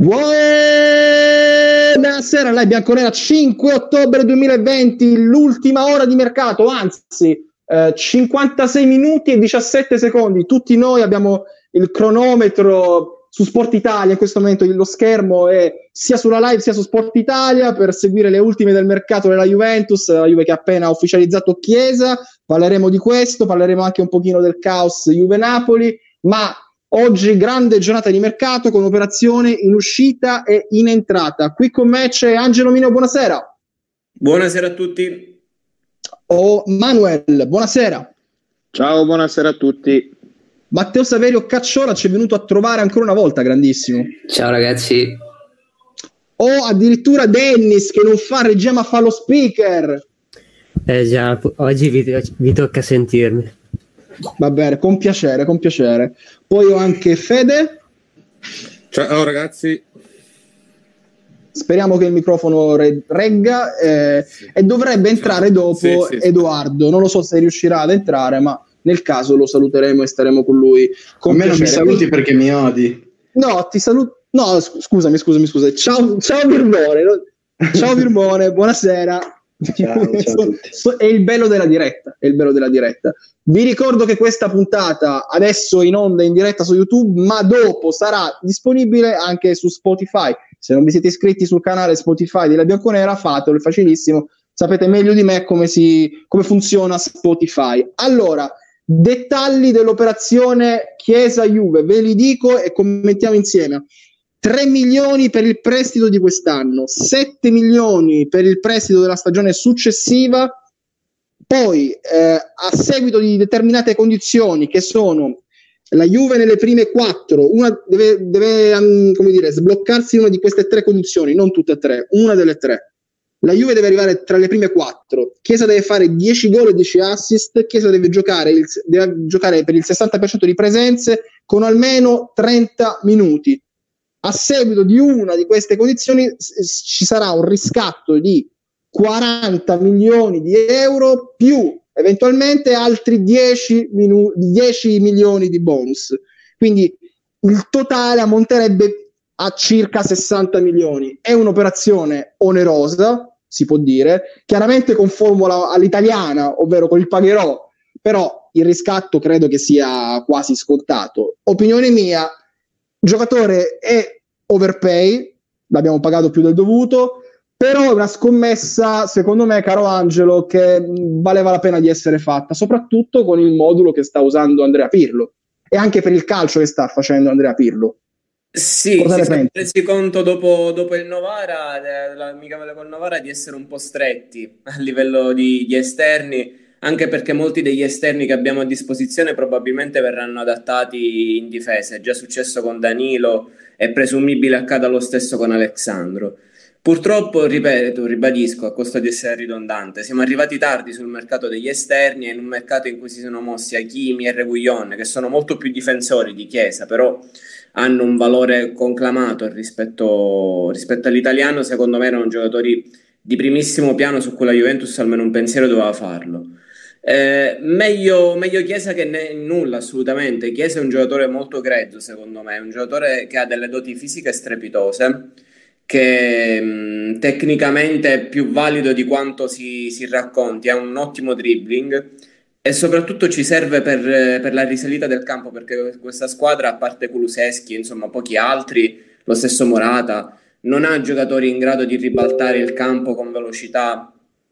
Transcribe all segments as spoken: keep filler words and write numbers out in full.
Buonasera, live bianconera, cinque ottobre duemilaventi, l'ultima ora di mercato, anzi eh, cinquantasei minuti e diciassette secondi. Tutti noi abbiamo il cronometro su Sport Italia, in questo momento lo schermo è sia sulla live sia su Sport Italia per seguire le ultime del mercato della Juventus, la Juve che ha appena ufficializzato Chiesa. Parleremo di questo, parleremo anche un pochino del caos Juve-Napoli, ma oggi grande giornata di mercato con operazione in uscita e in entrata. Qui con me c'è Angelo Mino, buonasera. Buonasera a tutti. O Manuel, buonasera. Ciao, buonasera a tutti. Matteo Saverio Cacciola ci è venuto a trovare ancora una volta, grandissimo. Ciao ragazzi. O addirittura Dennis che non fa regia ma fa lo speaker. Eh già, oggi vi, vi tocca sentirmi. Va bene, con piacere, con piacere. Poi ho anche Fede. Ciao ragazzi. Speriamo che il microfono regga eh, sì. E dovrebbe entrare dopo sì, sì, Edoardo. Non lo so se riuscirà ad entrare, ma nel caso lo saluteremo e staremo con lui. Con A me non mi saluti perché mi odi. No, ti saluto. No, scusami, scusami, scusami. Ciao, ciao Virmone. Ciao Virmone, buonasera. Ciao, ciao. È il bello della diretta, è il bello della diretta. Vi ricordo che questa puntata adesso in onda in diretta su YouTube, ma dopo sarà disponibile anche su Spotify. Se non vi siete iscritti sul canale Spotify della Bianconera, fatelo, è facilissimo. Sapete meglio di me come, si, come funziona Spotify. Allora, dettagli dell'operazione Chiesa-Juve, ve li dico e commentiamo insieme. tre milioni per il prestito di quest'anno, sette milioni per il prestito della stagione successiva. Poi eh, a seguito di determinate condizioni che sono la Juve nelle prime quattro, una deve, deve um, come dire, sbloccarsi una di queste tre condizioni, non tutte e tre, una delle tre. La Juve deve arrivare tra le prime quattro, Chiesa deve fare dieci gol e dieci assist, Chiesa deve giocare, il, deve giocare per il sessanta per cento di presenze con almeno trenta minuti. A seguito di una di queste condizioni ci sarà un riscatto di quaranta milioni di euro più eventualmente altri dieci, minu- dieci milioni di bonus. Quindi il totale ammonterebbe a circa sessanta milioni. È un'operazione onerosa, si può dire, chiaramente con formula all'italiana, ovvero con il pagherò, però il riscatto credo che sia quasi scontato. Opinione mia, il giocatore è overpay, l'abbiamo pagato più del dovuto, però è una scommessa, secondo me, caro Angelo, che valeva la pena di essere fatta, soprattutto con il modulo che sta usando Andrea Pirlo e anche per il calcio che sta facendo Andrea Pirlo. Sì, si siamo resi conto dopo, dopo il Novara, l'amicale con Novara, di essere un po' stretti a livello di, di esterni, anche perché molti degli esterni che abbiamo a disposizione probabilmente verranno adattati in difesa. È già successo con Danilo, è presumibile accada lo stesso con Alexandro. Purtroppo, ripeto, ribadisco, a costo di essere ridondante, siamo arrivati tardi sul mercato degli esterni e in un mercato in cui si sono mossi Hakimi e Reguilon, che sono molto più difensori di Chiesa, però hanno un valore conclamato rispetto, rispetto all'italiano. Secondo me erano giocatori di primissimo piano su cui la Juventus almeno un pensiero doveva farlo. Eh, meglio, meglio Chiesa che ne, nulla, assolutamente. Chiesa è un giocatore molto grezzo, secondo me, è un giocatore che ha delle doti fisiche strepitose, che mh, tecnicamente è più valido di quanto si, si racconti, ha un ottimo dribbling e soprattutto ci serve per, per la risalita del campo, perché questa squadra, a parte Kulusevski, insomma pochi altri, lo stesso Morata, non ha giocatori in grado di ribaltare il campo con velocità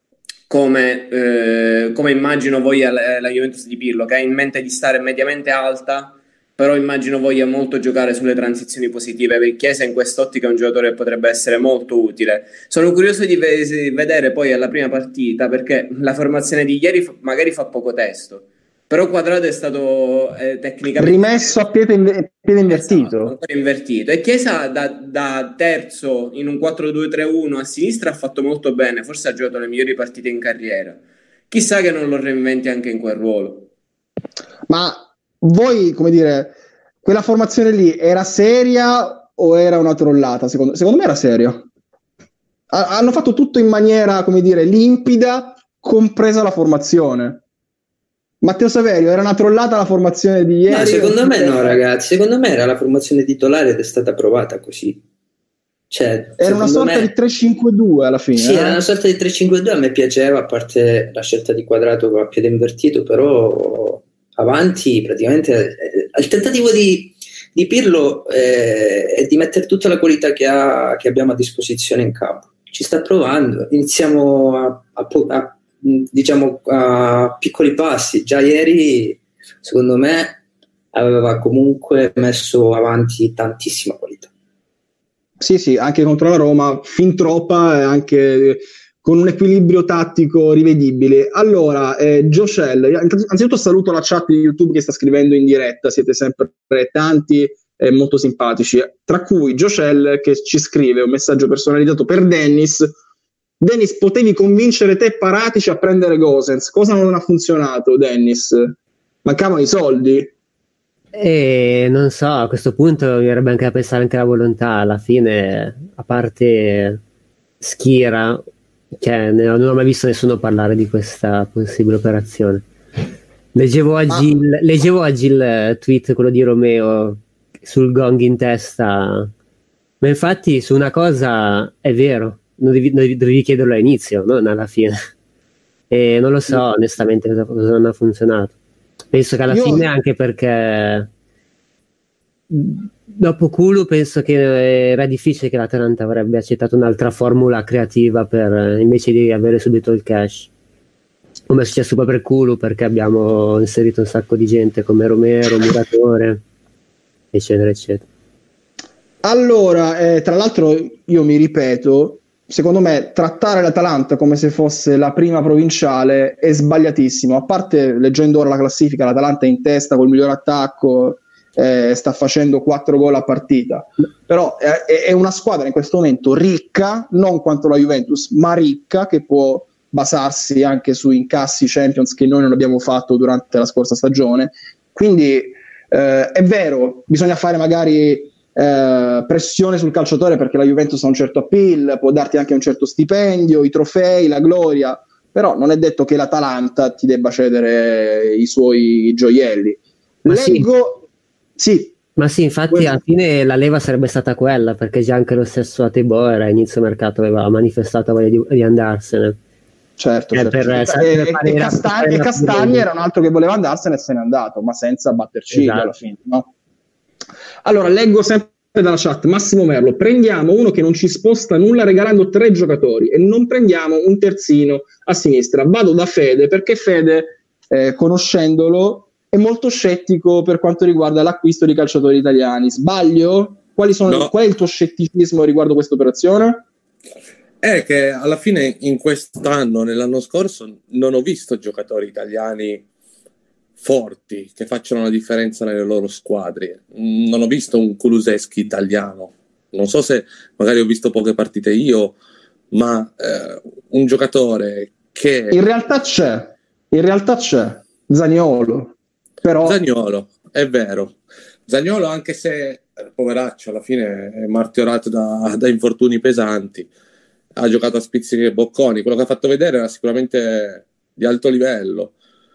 come, eh, come immagino voglia la, la Juventus di Pirlo, che ha in mente di stare mediamente alta, però immagino voglia molto giocare sulle transizioni positive. Per Chiesa in quest'ottica è un giocatore che potrebbe essere molto utile. Sono curioso di ve- vedere poi alla prima partita, perché la formazione di ieri f- magari fa poco testo, però Quadrato è stato eh, tecnicamente rimesso a piede, in- piede invertito, esatto, invertito, e Chiesa da, da terzo in un quattro due tre uno a sinistra ha fatto molto bene, forse ha giocato le migliori partite in carriera. Chissà che non lo reinventi anche in quel ruolo. Ma voi, come dire, quella formazione lì era seria o era una trollata? Secondo, secondo me era seria. Ha, hanno fatto tutto in maniera, come dire, limpida, compresa la formazione. Matteo Saverio, era una trollata la formazione di ieri? No, secondo me no, ragazzi. Secondo me era la formazione titolare ed è stata provata così. Cioè, era una sorta me, di tre cinque due alla fine. Sì, eh? era una sorta di tre cinque due, a me piaceva, a parte la scelta di Quadrato con il piede invertito, però avanti praticamente eh, il tentativo di, di Pirlo eh, è di mettere tutta la qualità che, ha, che abbiamo a disposizione in campo. Ci sta provando, iniziamo a, a, a, diciamo a piccoli passi. Già ieri, secondo me, aveva comunque messo avanti tantissima qualità. Sì, sì, anche contro la Roma, fin troppa, e anche con un equilibrio tattico rivedibile. Allora, eh, Joshel, anzitutto saluto la chat di YouTube che sta scrivendo in diretta, siete sempre tanti e eh, molto simpatici, tra cui Joshel che ci scrive un messaggio personalizzato per Dennis. Dennis, potevi convincere te Paratici a prendere Gosens, cosa non ha funzionato, Dennis? Mancavano i soldi? E non so, a questo punto mi verrebbe anche da pensare anche alla volontà. Alla fine, a parte Schira, cioè, non ho mai visto nessuno parlare di questa possibile operazione. Leggevo oggi, ah. il, leggevo oggi il tweet, quello di Romeo, sul gong in testa, ma infatti su una cosa è vero, non devi, dovevi chiederlo all'inizio, non alla fine. E non lo so onestamente cosa, cosa non ha funzionato. Penso che alla Io... fine, anche perché dopo Kulu penso che era difficile che l'Atalanta avrebbe accettato un'altra formula creativa per, invece di avere subito il cash, come è successo poi per Kulu, perché abbiamo inserito un sacco di gente come Romero, Muratore, eccetera eccetera. Allora, eh, tra l'altro io mi ripeto, secondo me trattare l'Atalanta come se fosse la prima provinciale è sbagliatissimo. A parte, leggendo ora la classifica, l'Atalanta è in testa col miglior attacco, eh, sta facendo quattro gol a partita, però è, è una squadra in questo momento ricca, non quanto la Juventus, ma ricca, che può basarsi anche su incassi Champions che noi non abbiamo fatto durante la scorsa stagione. Quindi eh, è vero, bisogna fare magari Eh, pressione sul calciatore, perché la Juventus ha un certo appeal, può darti anche un certo stipendio, i trofei, la gloria, però non è detto che l'Atalanta ti debba cedere i suoi gioielli. Ma Leggo sì. sì, ma sì, infatti quello... alla fine la leva sarebbe stata quella, perché già anche lo stesso Atebo era a inizio mercato, aveva manifestato voglia di, di andarsene. Certo, eh, certo. Per, e, per e, e, Castagni, e Castagni era un altro che voleva andarsene e se n'è andato, ma senza batterci esatto. alla fine, no? Allora, leggo sempre dalla chat, Massimo Merlo, prendiamo uno che non ci sposta nulla regalando tre giocatori e non prendiamo un terzino a sinistra. Vado da Fede, perché Fede, eh, conoscendolo, è molto scettico per quanto riguarda l'acquisto di calciatori italiani. Sbaglio? Quali sono, no. Qual è il tuo scetticismo riguardo questa operazione? È che alla fine in quest'anno, nell'anno scorso, non ho visto giocatori italiani forti che facciano la differenza nelle loro squadre. Non ho visto un Kulusevski italiano, non so se magari ho visto poche partite io, ma eh, un giocatore che in realtà c'è in realtà c'è Zaniolo, però Zaniolo è vero, Zaniolo, anche se poveraccio alla fine è martirato da, da infortuni pesanti, ha giocato a spizzichi e bocconi, quello che ha fatto vedere era sicuramente di alto livello.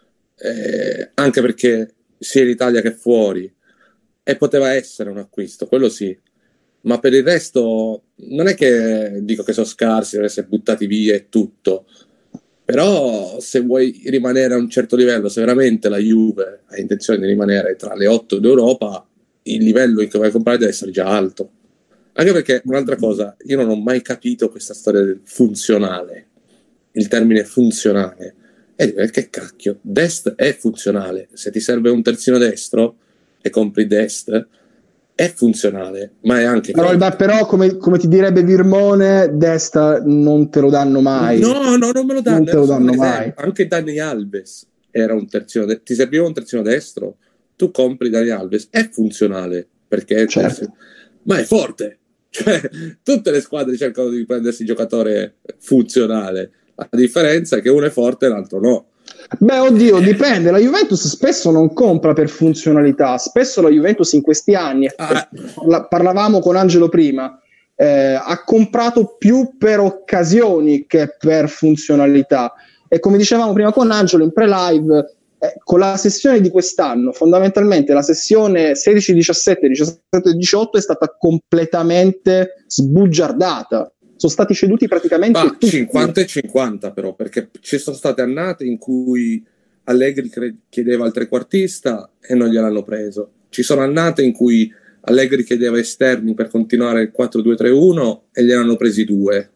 Eh, anche perché sia in Italia che fuori, e poteva essere un acquisto, quello sì, ma per il resto non è che dico che sono scarsi, devono essere buttati via e tutto, però se vuoi rimanere a un certo livello, se veramente la Juve ha intenzione di rimanere tra le otto d'Europa, il livello in cui vai a comprare deve essere già alto. Anche perché un'altra cosa, io non ho mai capito questa storia del funzionale, il termine funzionale. E che cacchio, Dest è funzionale, se ti serve un terzino destro e compri Dest è funzionale, ma è anche però, beh, però come, come ti direbbe Virmone, Dest non te lo danno mai. No, no, non me lo danno, non te lo danno mai. Anche Dani Alves era un terzino de- ti serviva un terzino destro, tu compri Dani Alves, è funzionale perché è certo. ma è forte, cioè tutte le squadre cercano di prendersi giocatore funzionale. La differenza è che uno è forte e l'altro no. Beh, oddio, dipende. La Juventus spesso non compra per funzionalità. Spesso la Juventus in questi anni, ah. parla- parlavamo con Angelo prima, eh, ha comprato più per occasioni che per funzionalità. E come dicevamo prima con Angelo in pre-live, eh, con la sessione di quest'anno, fondamentalmente la sessione sedici diciassette, diciassette diciotto è stata completamente sbugiardata. Sono stati ceduti praticamente Ma tutti. cinquanta e cinquanta però, perché ci sono state annate in cui Allegri chiedeva al trequartista e non gliel'hanno preso. Ci sono annate in cui Allegri chiedeva esterni per continuare il quattro due tre uno e gliel'hanno presi due.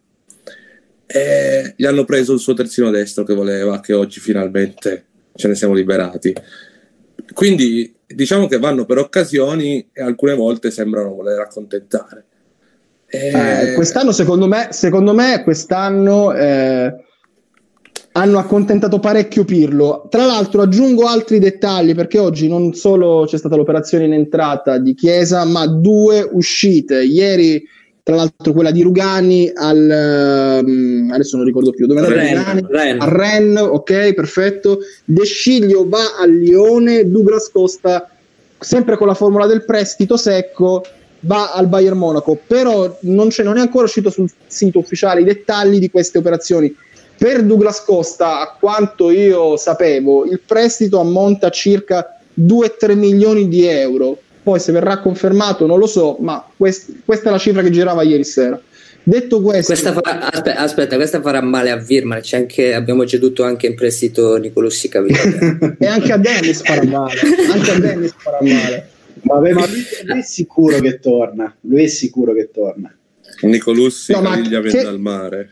E gli hanno preso il suo terzino destro che voleva, che oggi finalmente ce ne siamo liberati. Quindi diciamo che vanno per occasioni e alcune volte sembrano voler accontentare. E... Eh, quest'anno secondo me, secondo me quest'anno eh, hanno accontentato parecchio Pirlo. Tra l'altro aggiungo altri dettagli, perché oggi non solo c'è stata l'operazione in entrata di Chiesa, ma due uscite. Ieri, tra l'altro, quella di Rugani al um, adesso non ricordo più dove era Rugani, Ren. a Rennes, ok, perfetto. De Sciglio va al Lione, Douglas Costa, sempre con la formula del prestito secco, va al Bayern Monaco. Però non, c'è, non è ancora uscito sul sito ufficiale i dettagli di queste operazioni. Per Douglas Costa, a quanto io sapevo, il prestito ammonta a circa due tre milioni di euro. Poi se verrà confermato non lo so, ma quest- questa è la cifra che girava ieri sera. Detto questo, questa farà, aspetta, aspetta, questa farà male a Virman. C'è anche, abbiamo ceduto anche in prestito Nicolussi Caviglia. E anche a Dennis farà male. Anche a Dennis farà male. Vabbè, ma lui, lui è sicuro che torna. Lui è sicuro che torna. Nicolussi No, ma Caviglia che- vende al mare.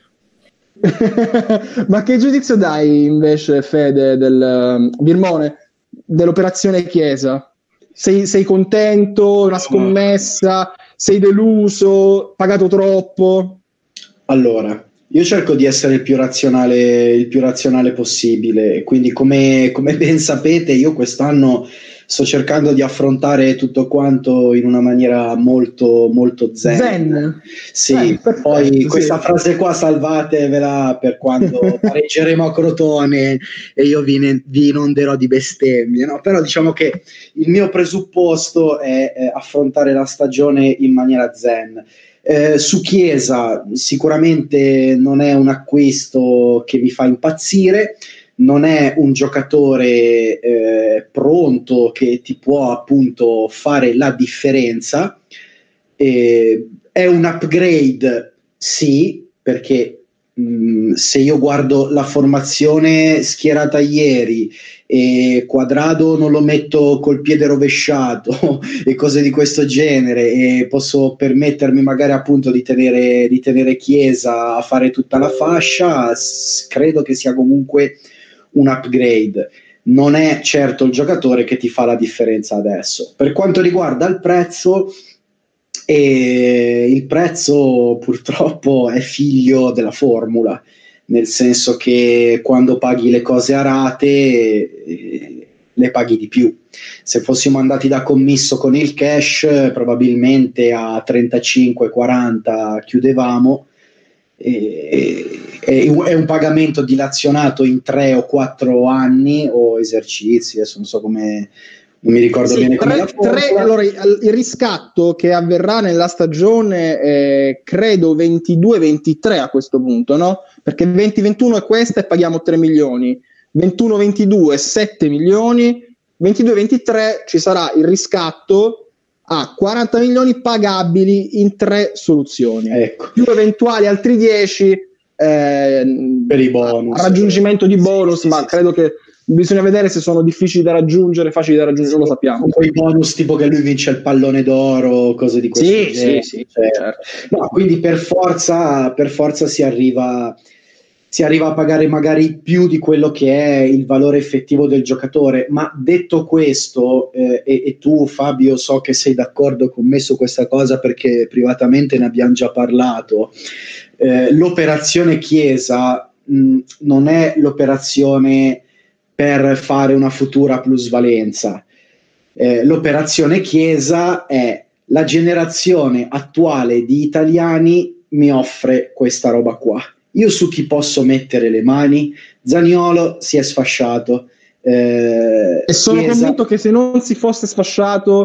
Ma che giudizio dai invece, Fede, del uh, Birmone, dell'operazione Chiesa? Sei, sei contento? Una scommessa? Sei deluso? Pagato troppo? Allora, io cerco di essere il più razionale, il più razionale possibile, quindi come, come ben sapete io quest'anno sto cercando di affrontare tutto quanto in una maniera molto molto zen. Zen? Sì, Eh, perfetto, poi sì. questa frase qua salvatevela per quando pareggeremo a Crotone e io vi, ne, vi inonderò di bestemmie, no? Però diciamo che il mio presupposto è, è affrontare la stagione in maniera zen. Eh, su Chiesa sicuramente non è un acquisto che vi fa impazzire, non è un giocatore eh, pronto che ti può appunto fare la differenza, eh, è un upgrade sì, perché mh, se io guardo la formazione schierata ieri e Quadrado non lo metto col piede rovesciato e cose di questo genere, e posso permettermi magari appunto di tenere, di tenere Chiesa a fare tutta la fascia, s- credo che sia comunque un upgrade. Non è certo il giocatore che ti fa la differenza adesso. Per quanto riguarda il prezzo, e il prezzo purtroppo è figlio della formula, nel senso che quando paghi le cose a rate eh, le paghi di più. Se fossimo andati da commisso con il cash probabilmente a trentacinque quaranta chiudevamo, e, e, è un pagamento dilazionato in tre o quattro anni o esercizi, adesso non so come, non mi ricordo Sì, bene come tre, la formula. tre, allora, il riscatto che avverrà nella stagione eh, credo ventidue ventitré a questo punto, no? Perché venti ventuno è questa e paghiamo tre milioni, ventuno ventidue sette milioni, ventidue ventitré ci sarà il riscatto a quaranta milioni pagabili in tre soluzioni, Ecco, più eventuali altri dieci eh, per i bonus, a raggiungimento di bonus, sì, ma sì, credo che bisogna vedere se sono difficili da raggiungere, facili da raggiungere, non lo sappiamo. quei bonus tipo che lui vince il pallone d'oro, cose di questo Sì, genere. sì, sì, Cioè, certo. no, quindi per forza, per forza si arriva, si arriva a pagare magari più di quello che è il valore effettivo del giocatore. Ma detto questo, eh, e, e tu Fabio so che sei d'accordo con me su questa cosa perché privatamente ne abbiamo già parlato, eh, l'operazione Chiesa mh, non è l'operazione per fare una futura plusvalenza. Eh, l'operazione Chiesa è la generazione attuale di italiani mi offre questa roba qua. Io su chi posso mettere le mani? Zaniolo si è sfasciato. Eh, E sono Chiesa- convinto che se non si fosse sfasciato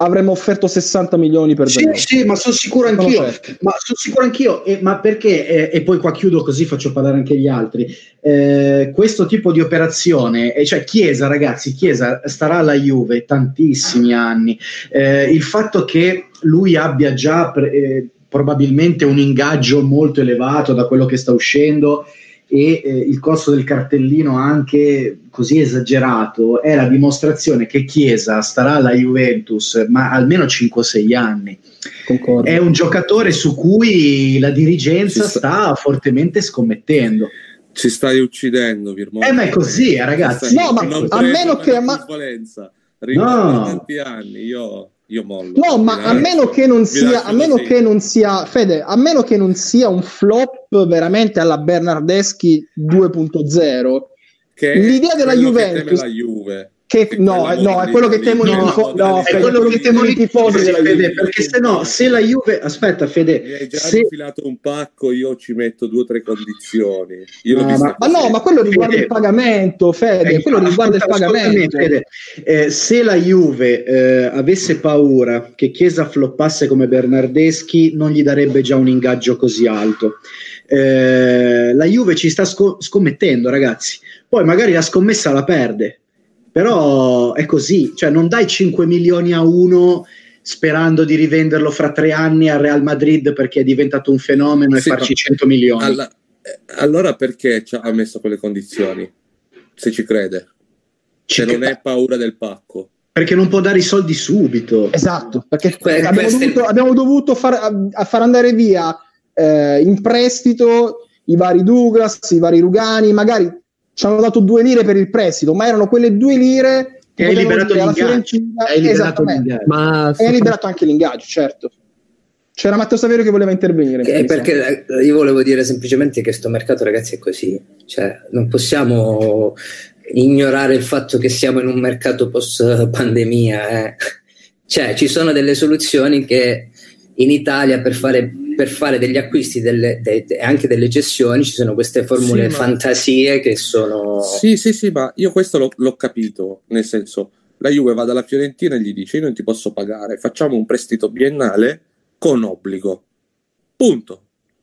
avremmo offerto sessanta milioni per sì, sì, ma sono sicuro anch'io, certo. ma sono sicuro anch'io, e, ma perché, e, e poi qua chiudo così faccio parlare anche gli altri, eh, questo tipo di operazione, e cioè Chiesa, ragazzi, Chiesa starà alla Juve tantissimi anni, eh, il fatto che lui abbia già pre- eh, probabilmente un ingaggio molto elevato da quello che sta uscendo, e eh, il costo del cartellino anche così esagerato è la dimostrazione che Chiesa starà alla Juventus ma almeno cinque o sei anni. Concordo. È un giocatore su cui la dirigenza sta... sta fortemente scommettendo. Ci stai uccidendo, Virmonte. Eh, ma è così, eh, ragazzi. No, ma a meno che ma... no. tanti anni, io io mollo. No, ma a meno che non sia, a meno che non sia, Fede, a meno che non sia un flop veramente alla Bernardeschi due punto zero, che l'idea della Juventus, la Juve. Che, no, no, è quello che temono i tifosi. No, è quello che temono i tifosi della Juve. Perché se no, se la Juve, aspetta, Fede, mi hai già se... infilato un pacco, io ci metto due o tre condizioni. Io no, ma, ma no, ma quello riguarda Fede. il pagamento, Fede. Eh, quello riguarda il pagamento. Fede. Eh, se la Juve eh, avesse paura che Chiesa floppasse come Bernardeschi, non gli darebbe già un ingaggio così alto. Eh, la Juve ci sta sco- scommettendo, ragazzi. Poi magari la scommessa la perde. Però è così, cioè non dai cinque milioni a uno sperando di rivenderlo fra tre anni al Real Madrid perché è diventato un fenomeno, sì, e farci cento milioni. Alla, allora perché ci ha messo quelle condizioni? Se ci crede, ci se non è paura del pacco. Perché non può dare i soldi subito. Esatto, perché que- abbiamo, dovuto, abbiamo dovuto far, a, a far andare via eh, in prestito i vari Douglas, i vari Rugani, magari ci hanno dato due lire per il prestito, ma erano quelle due lire che hai liberato l'ingaggio. Hai liberato l'ingaggio. Ma hai liberato anche l'ingaggio, certo. C'era Matteo Saverio che voleva intervenire. Eh, perché io volevo dire semplicemente che sto mercato, ragazzi, è così. Cioè, non possiamo ignorare il fatto che siamo in un mercato post pandemia. Eh. Cioè, ci sono delle soluzioni che in Italia per fare per fare degli acquisti delle, de, de, anche delle cessioni ci sono queste formule, sì, fantasie che sono sì sì sì ma io questo l'ho, l'ho capito, nel senso, la Juve va dalla Fiorentina e gli dice: io non ti posso pagare, facciamo un prestito biennale con obbligo, punto.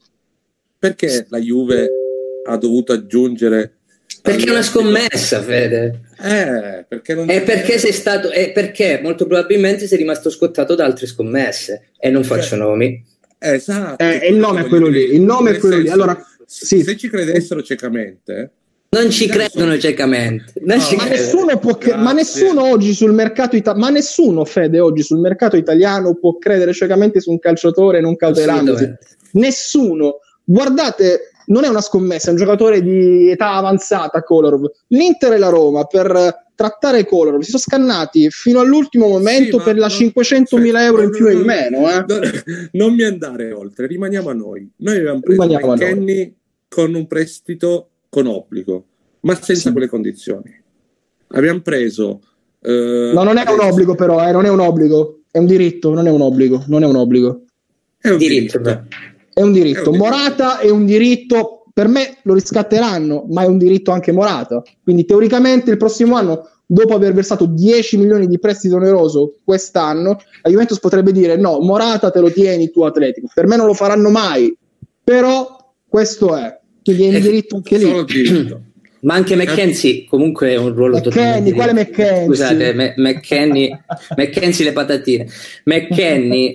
Perché la Juve ha dovuto aggiungere? Perché è una scommessa, Fede. Eh, perché non è perché sei stato è perché molto probabilmente sei rimasto scottato da altre scommesse e non faccio, cioè, nomi. Esatto, eh, il nome è quello lì. Il nome è quello senso, lì. Allora, sì. Se ci credessero ciecamente, non ci credono ciecamente. Non no, ci ma, credono. Nessuno può cre- ma nessuno oggi sul mercato italiano, ma nessuno, Fede, oggi sul mercato italiano può credere ciecamente su un calciatore non cautelandosi. Nessuno. Guardate, non è una scommessa, è un giocatore di età avanzata, Kolarov. L'Inter e la Roma per trattare Kolarov si sono scannati fino all'ultimo momento, sì, per la cinquecentomila euro in più e in meno. Eh. Non, non mi andare oltre, rimaniamo a noi. Noi abbiamo preso McKennie con un prestito con obbligo, ma senza, sì, quelle condizioni. Abbiamo preso... Eh, no, non è un obbligo però, eh, non è un obbligo, è un diritto, non è un obbligo, non è un obbligo. È un diritto. diritto. È un diritto. È un diritto. Morata è un diritto... Per me lo riscatteranno, ma è un diritto anche Morata. Quindi teoricamente il prossimo anno, dopo aver versato dieci milioni di prestito oneroso quest'anno, la Juventus potrebbe dire: no, Morata te lo tieni tu Atletico. Per me non lo faranno mai, però questo è. Quindi è un diritto anche lì. Ma anche McKenzie comunque è un ruolo McKennie, quale McKenzie? Scusate, M- McKennie, McKenzie le patatine. McKennie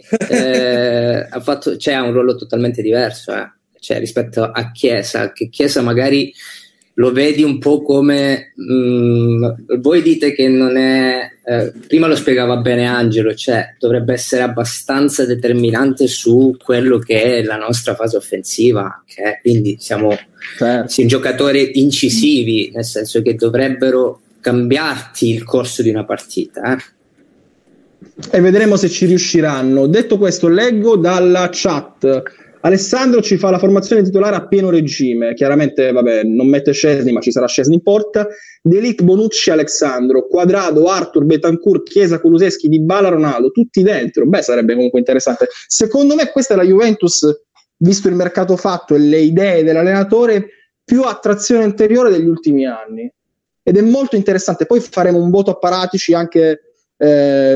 eh, ha fatto, cioè, ha un ruolo totalmente diverso, eh. Cioè, rispetto a Chiesa, che Chiesa magari lo vedi un po' come mh, voi dite che non è eh, prima lo spiegava bene Angelo, cioè dovrebbe essere abbastanza determinante su quello che è la nostra fase offensiva, che quindi siamo, certo, siamo giocatori incisivi, nel senso che dovrebbero cambiarti il corso di una partita, eh? E vedremo se ci riusciranno. Detto questo, leggo dalla chat: Alessandro ci fa la formazione titolare a pieno regime, chiaramente vabbè non mette Szczesny, ma ci sarà Szczesny in porta, De Ligt, Bonucci, Alexandro, Quadrado, Arthur, Betancourt, Chiesa, Kulusevski, Dybala, Ronaldo, tutti dentro. Beh, sarebbe comunque interessante. Secondo me questa è la Juventus, visto il mercato fatto e le idee dell'allenatore, più attrazione interiore degli ultimi anni, ed è molto interessante. Poi faremo un voto a Paratici anche eh,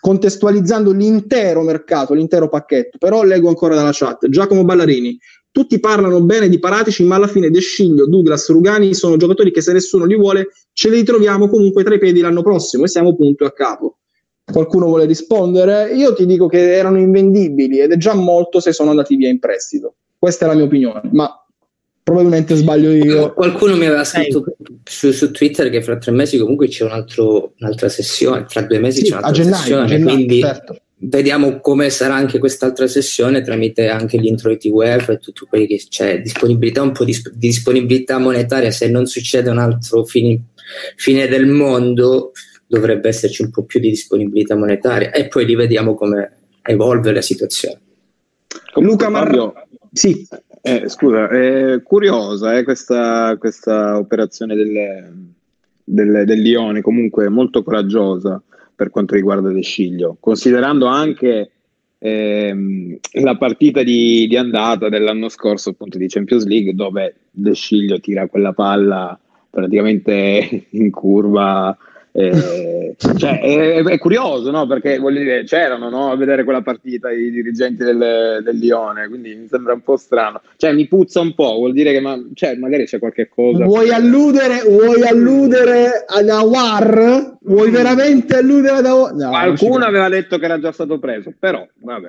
contestualizzando l'intero mercato, l'intero pacchetto. Però leggo ancora dalla chat. Giacomo Ballarini: tutti parlano bene di Paratici, ma alla fine De Sciglio, Douglas, Rugani sono giocatori che se nessuno li vuole ce li ritroviamo comunque tra i piedi l'anno prossimo e siamo punto a capo. Qualcuno vuole rispondere? Io ti dico che erano invendibili ed è già molto se sono andati via in prestito. Questa è la mia opinione, ma probabilmente sbaglio io. Qualcuno mi aveva scritto su, su Twitter che fra tre mesi comunque c'è un altro, un'altra sessione, fra due mesi sì, c'è un'altra a gennaio, sessione, a gennaio, quindi certo. Vediamo come sarà anche quest'altra sessione tramite anche gli introiti UEFA e tutto quello che c'è, disponibilità, un po' di, di disponibilità monetaria. Se non succede un altro fine, fine del mondo, dovrebbe esserci un po' più di disponibilità monetaria e poi rivediamo come evolve la situazione. Luca Marro, sì. Eh, scusa, è curiosa eh, questa, questa operazione delle, delle, del Lione, comunque molto coraggiosa per quanto riguarda De Sciglio, considerando anche ehm, la partita di, di andata dell'anno scorso appunto di Champions League, dove De Sciglio tira quella palla praticamente in curva. Eh, cioè, è, è curioso, no? Perché voglio dire, c'erano, no? A vedere quella partita i dirigenti del, del Lione, quindi mi sembra un po' strano, cioè mi puzza un po', vuol dire che ma, cioè, magari c'è qualche cosa. Vuoi alludere, vuoi alludere ad Awar? Vuoi veramente alludere ad Awar? No, qualcuno aveva detto che era già stato preso, però vabbè.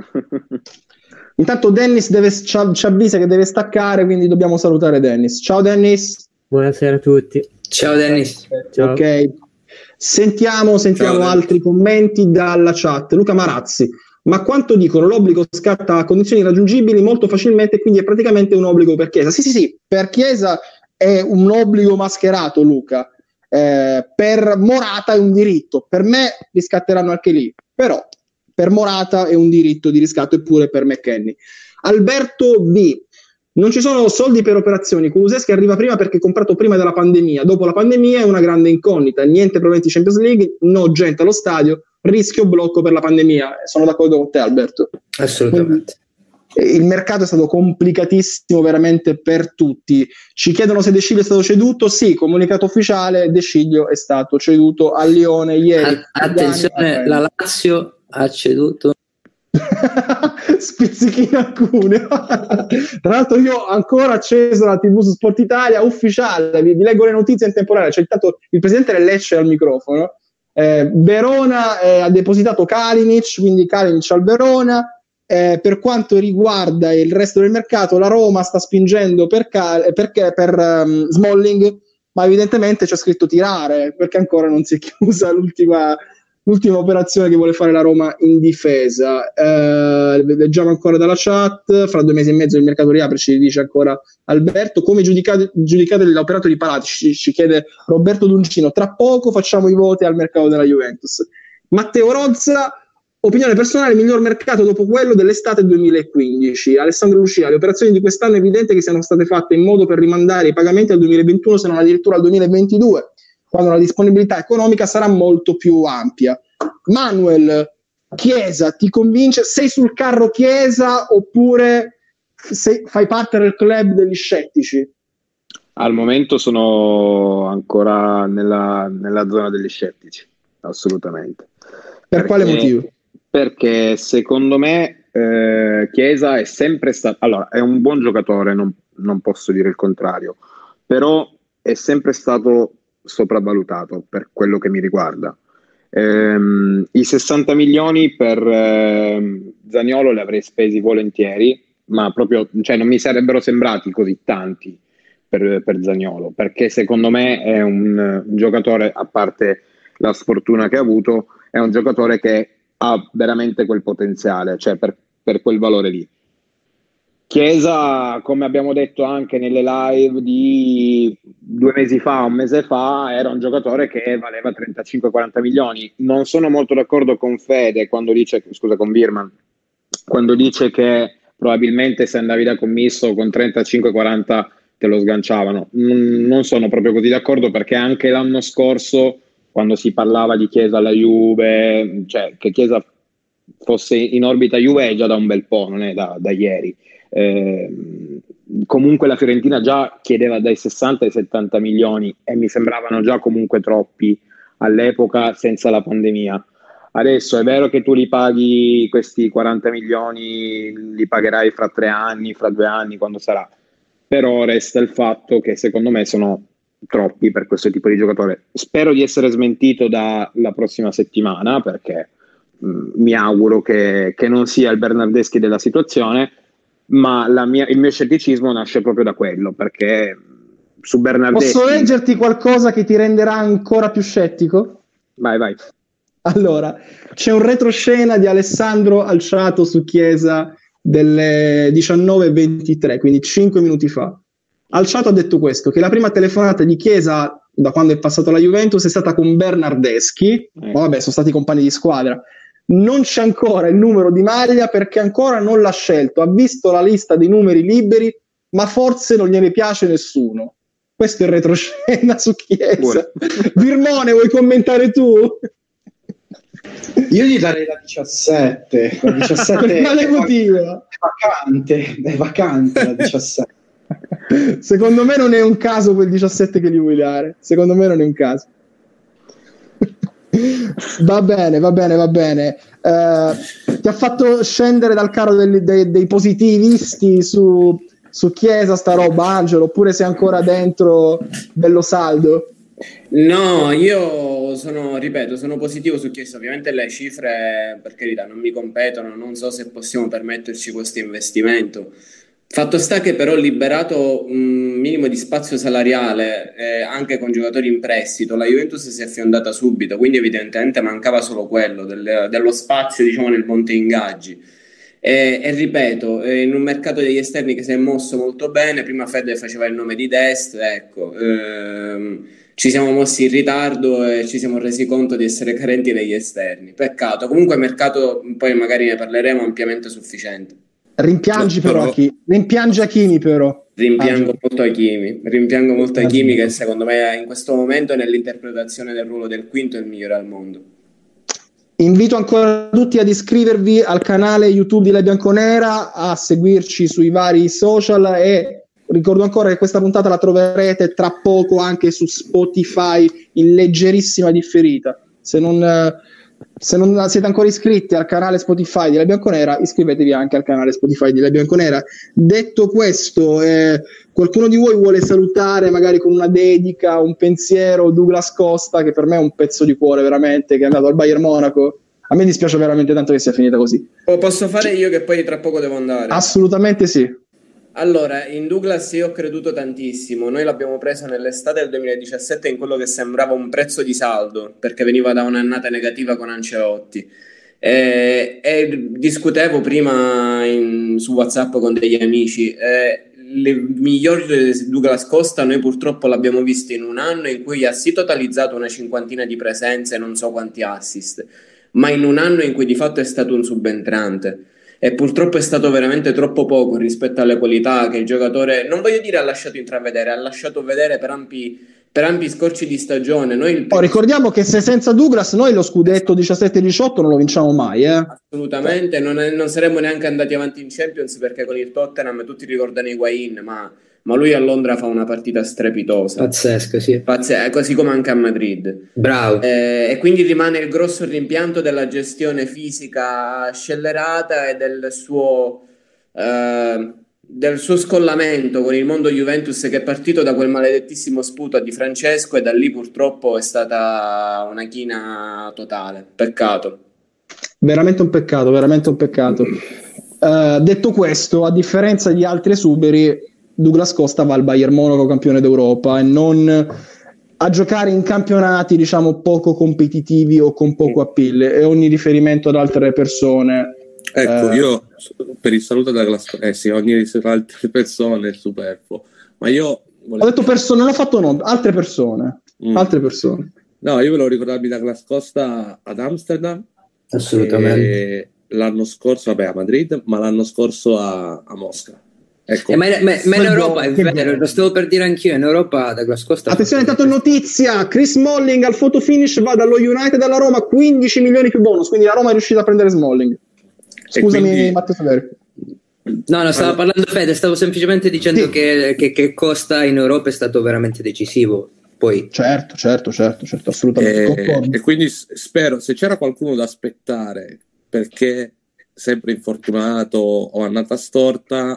Intanto Dennis deve, ci, ci avvisa che deve staccare, quindi dobbiamo salutare Dennis. Ciao Dennis. Buonasera a tutti. Ciao Dennis. Ciao. Ok. Sentiamo, sentiamo Ciao, altri commenti dalla chat. Luca Marazzi: ma quanto dicono l'obbligo scatta a condizioni raggiungibili molto facilmente, quindi è praticamente un obbligo per Chiesa? Sì, sì, sì, per Chiesa è un obbligo mascherato, Luca. Eh, per Morata è un diritto. Per me riscatteranno anche lì, però per Morata è un diritto di riscatto, eppure per McKennie. Alberto V: non ci sono soldi per operazioni. Kulusevski arriva prima perché è comprato prima della pandemia. Dopo la pandemia è una grande incognita. Niente proventi Champions League, no gente allo stadio, rischio blocco per la pandemia. Sono d'accordo con te, Alberto. Assolutamente. Quindi, il mercato è stato complicatissimo veramente per tutti. Ci chiedono se De Sciglio è stato ceduto. Sì, comunicato ufficiale, De Sciglio è stato ceduto al Lione ieri. Attenzione, la Lazio ha ceduto. Spizzichino alcune. Tra l'altro io ho ancora acceso la tivù su Sport Italia ufficiale, vi, vi leggo le notizie in temporale. C'è intanto il presidente del Lecce al microfono. eh, Verona eh, ha depositato Kalinic, quindi Kalinic al Verona. Eh, per quanto riguarda il resto del mercato, la Roma sta spingendo per, Cal- perché, per um, Smalling, ma evidentemente c'è scritto tirare perché ancora non si è chiusa l'ultima L'ultima operazione che vuole fare la Roma in difesa. Eh, leggiamo ancora dalla chat. Fra due mesi e mezzo il mercato riapre, ci dice ancora Alberto. Come giudicate, giudicate l'operato di Paratici? Ci, ci chiede Roberto Duncino. Tra poco facciamo i voti al mercato della Juventus. Matteo Rozza: opinione personale, miglior mercato dopo quello dell'estate duemilaquindici. Alessandro Lucia: le operazioni di quest'anno è evidente che siano state fatte in modo per rimandare i pagamenti al duemilaventuno, se non addirittura al duemilaventidue, quando la disponibilità economica sarà molto più ampia. Manuel: Chiesa ti convince? Sei sul carro Chiesa oppure sei, fai parte del club degli scettici? Al momento sono ancora nella, nella zona degli scettici, assolutamente. Per perché, quale motivo? Perché secondo me eh, Chiesa è sempre stato, allora è un buon giocatore, non, non posso dire il contrario, però è sempre stato sopravvalutato per quello che mi riguarda. Ehm, i sessanta milioni per eh, Zaniolo li avrei spesi volentieri, ma proprio, cioè, non mi sarebbero sembrati così tanti per, per Zaniolo, perché secondo me è un, un giocatore, a parte la sfortuna che ha avuto, è un giocatore che ha veramente quel potenziale, cioè per, per quel valore lì. Chiesa, come abbiamo detto anche nelle live di due mesi fa, un mese fa, era un giocatore che valeva trentacinque quaranta milioni. Non sono molto d'accordo con Fede quando dice, scusa, con Birman, quando dice che probabilmente se andavi da commisso con trentacinque quaranta te lo sganciavano. Non sono proprio così d'accordo, perché anche l'anno scorso, quando si parlava di Chiesa alla Juve, cioè che Chiesa fosse in orbita Juve è già da un bel po', non è da, da ieri. Eh, comunque la Fiorentina già chiedeva dai sessanta ai settanta milioni e mi sembravano già comunque troppi all'epoca senza la pandemia. Adesso è vero che tu li paghi questi quaranta milioni, li pagherai fra tre anni, fra due anni, quando sarà, però resta il fatto che secondo me sono troppi per questo tipo di giocatore. Spero di essere smentito dalla prossima settimana, perché mh, mi auguro che, che non sia il Bernardeschi della situazione, ma la mia, il mio scetticismo nasce proprio da quello, perché su Bernardeschi... Posso leggerti qualcosa che ti renderà ancora più scettico? Vai, vai. Allora, c'è un retroscena di Alessandro Alciato su Chiesa delle diciannove e ventitré, quindi cinque minuti fa. Alciato ha detto questo, che la prima telefonata di Chiesa da quando è passato alla Juventus è stata con Bernardeschi, eh. ma vabbè, sono stati compagni di squadra. Non c'è ancora il numero di maglia perché ancora non l'ha scelto, ha visto la lista dei numeri liberi, ma forse non gliene piace nessuno. Questo è il retroscena su Chiesa. Virmone, vuoi commentare tu? Io gli darei la diciassette. La diciassette è, è vacante, è vacante la diciassette. Secondo me non è un caso quel diciassette che gli vuoi dare. Secondo me non è un caso. Va bene, va bene, va bene. Uh, ti ha fatto scendere dal carro dei, dei, dei positivisti su, su Chiesa sta roba, Angelo, oppure sei ancora dentro bello saldo? No, io sono, ripeto, sono positivo su Chiesa. Ovviamente le cifre, per carità, non mi competono, non so se possiamo permetterci questo investimento. Fatto sta che però liberato un minimo di spazio salariale eh, anche con giocatori in prestito, la Juventus si è fiondata subito, quindi evidentemente mancava solo quello, del, dello spazio, diciamo, nel monte ingaggi. E, e ripeto, eh, in un mercato degli esterni che si è mosso molto bene, prima Fede faceva il nome di Dest, ecco, ehm, ci siamo mossi in ritardo e ci siamo resi conto di essere carenti degli esterni. Peccato, comunque mercato, poi magari ne parleremo, ampiamente sufficiente. Rimpiangi no, però, però... Chi, rimpiangi Hakimi però. Rimpiango ah, molto Hakimi, rimpiango molto Hakimi che secondo me in questo momento nell'interpretazione del ruolo del quinto è il migliore al mondo. Invito ancora tutti ad iscrivervi al canale YouTube di La Bianconera, a seguirci sui vari social e ricordo ancora che questa puntata la troverete tra poco anche su Spotify in leggerissima differita. Se non... Se non siete ancora iscritti al canale Spotify di La Bianconera, iscrivetevi anche al canale Spotify di La Bianconera. Detto questo, eh, qualcuno di voi vuole salutare magari con una dedica, un pensiero Douglas Costa, che per me è un pezzo di cuore veramente, che è andato al Bayern Monaco. A me dispiace veramente tanto che sia finita così. Lo posso fare io che poi tra poco devo andare? Assolutamente sì. Allora, in Douglas io ho creduto tantissimo. Noi l'abbiamo preso nell'estate del duemiladiciassette in quello che sembrava un prezzo di saldo, perché veniva da un'annata negativa con Ancelotti. E, e discutevo prima in, su WhatsApp con degli amici. E le migliori Douglas Costa noi purtroppo l'abbiamo visto in un anno in cui ha sì totalizzato una cinquantina di presenze e non so quanti assist, ma in un anno in cui di fatto è stato un subentrante. E purtroppo è stato veramente troppo poco rispetto alle qualità che il giocatore, non voglio dire ha lasciato intravedere, ha lasciato vedere per ampi, per ampi scorci di stagione. Noi il... oh, ricordiamo che se senza Douglas noi lo scudetto diciassette diciotto non lo vinciamo mai, eh? Assolutamente, non, è, non saremmo neanche andati avanti in Champions, perché con il Tottenham tutti ricordano Higuain, ma, ma lui a Londra fa una partita strepitosa, pazzesca, sì, Pazzesca, così come anche a Madrid, bravo, eh, e quindi rimane il grosso rimpianto della gestione fisica scellerata e del suo eh, del suo scollamento con il mondo Juventus, che è partito da quel maledettissimo sputo a Di Francesco e da lì purtroppo è stata una china totale. Peccato, veramente un peccato, veramente un peccato. Uh, detto questo, a differenza di altri esuberi, Douglas Costa va al Bayern Monaco campione d'Europa e non a giocare in campionati diciamo poco competitivi o con poco appeal, e ogni riferimento ad altre persone. Ecco, eh, io per il saluto da Douglas, eh sì, ogni riferimento ad altre persone è superfluo, ma io volevo... ho detto persone, non ho fatto nome, altre persone, mm. altre persone. No, io volevo ricordarmi Douglas Costa ad Amsterdam, assolutamente, l'anno scorso, vabbè, a Madrid, ma l'anno scorso a, a Mosca. Ecco. Eh, ma, ma, ma in Europa è vero, lo stavo per dire anch'io, in Europa Douglas Costa. Attenzione, intanto notizia, Chris Smalling al photo finish va dallo United alla Roma, quindici milioni più bonus, quindi la Roma è riuscita a prendere Smalling. Scusami quindi... Matteo Severi. No, no, stavo parlando Fede, stavo semplicemente dicendo sì. che, che, che Costa in Europa è stato veramente decisivo. Poi certo, certo, certo, certo, assolutamente. E, e quindi spero, se c'era qualcuno da aspettare perché sempre infortunato o annata storta,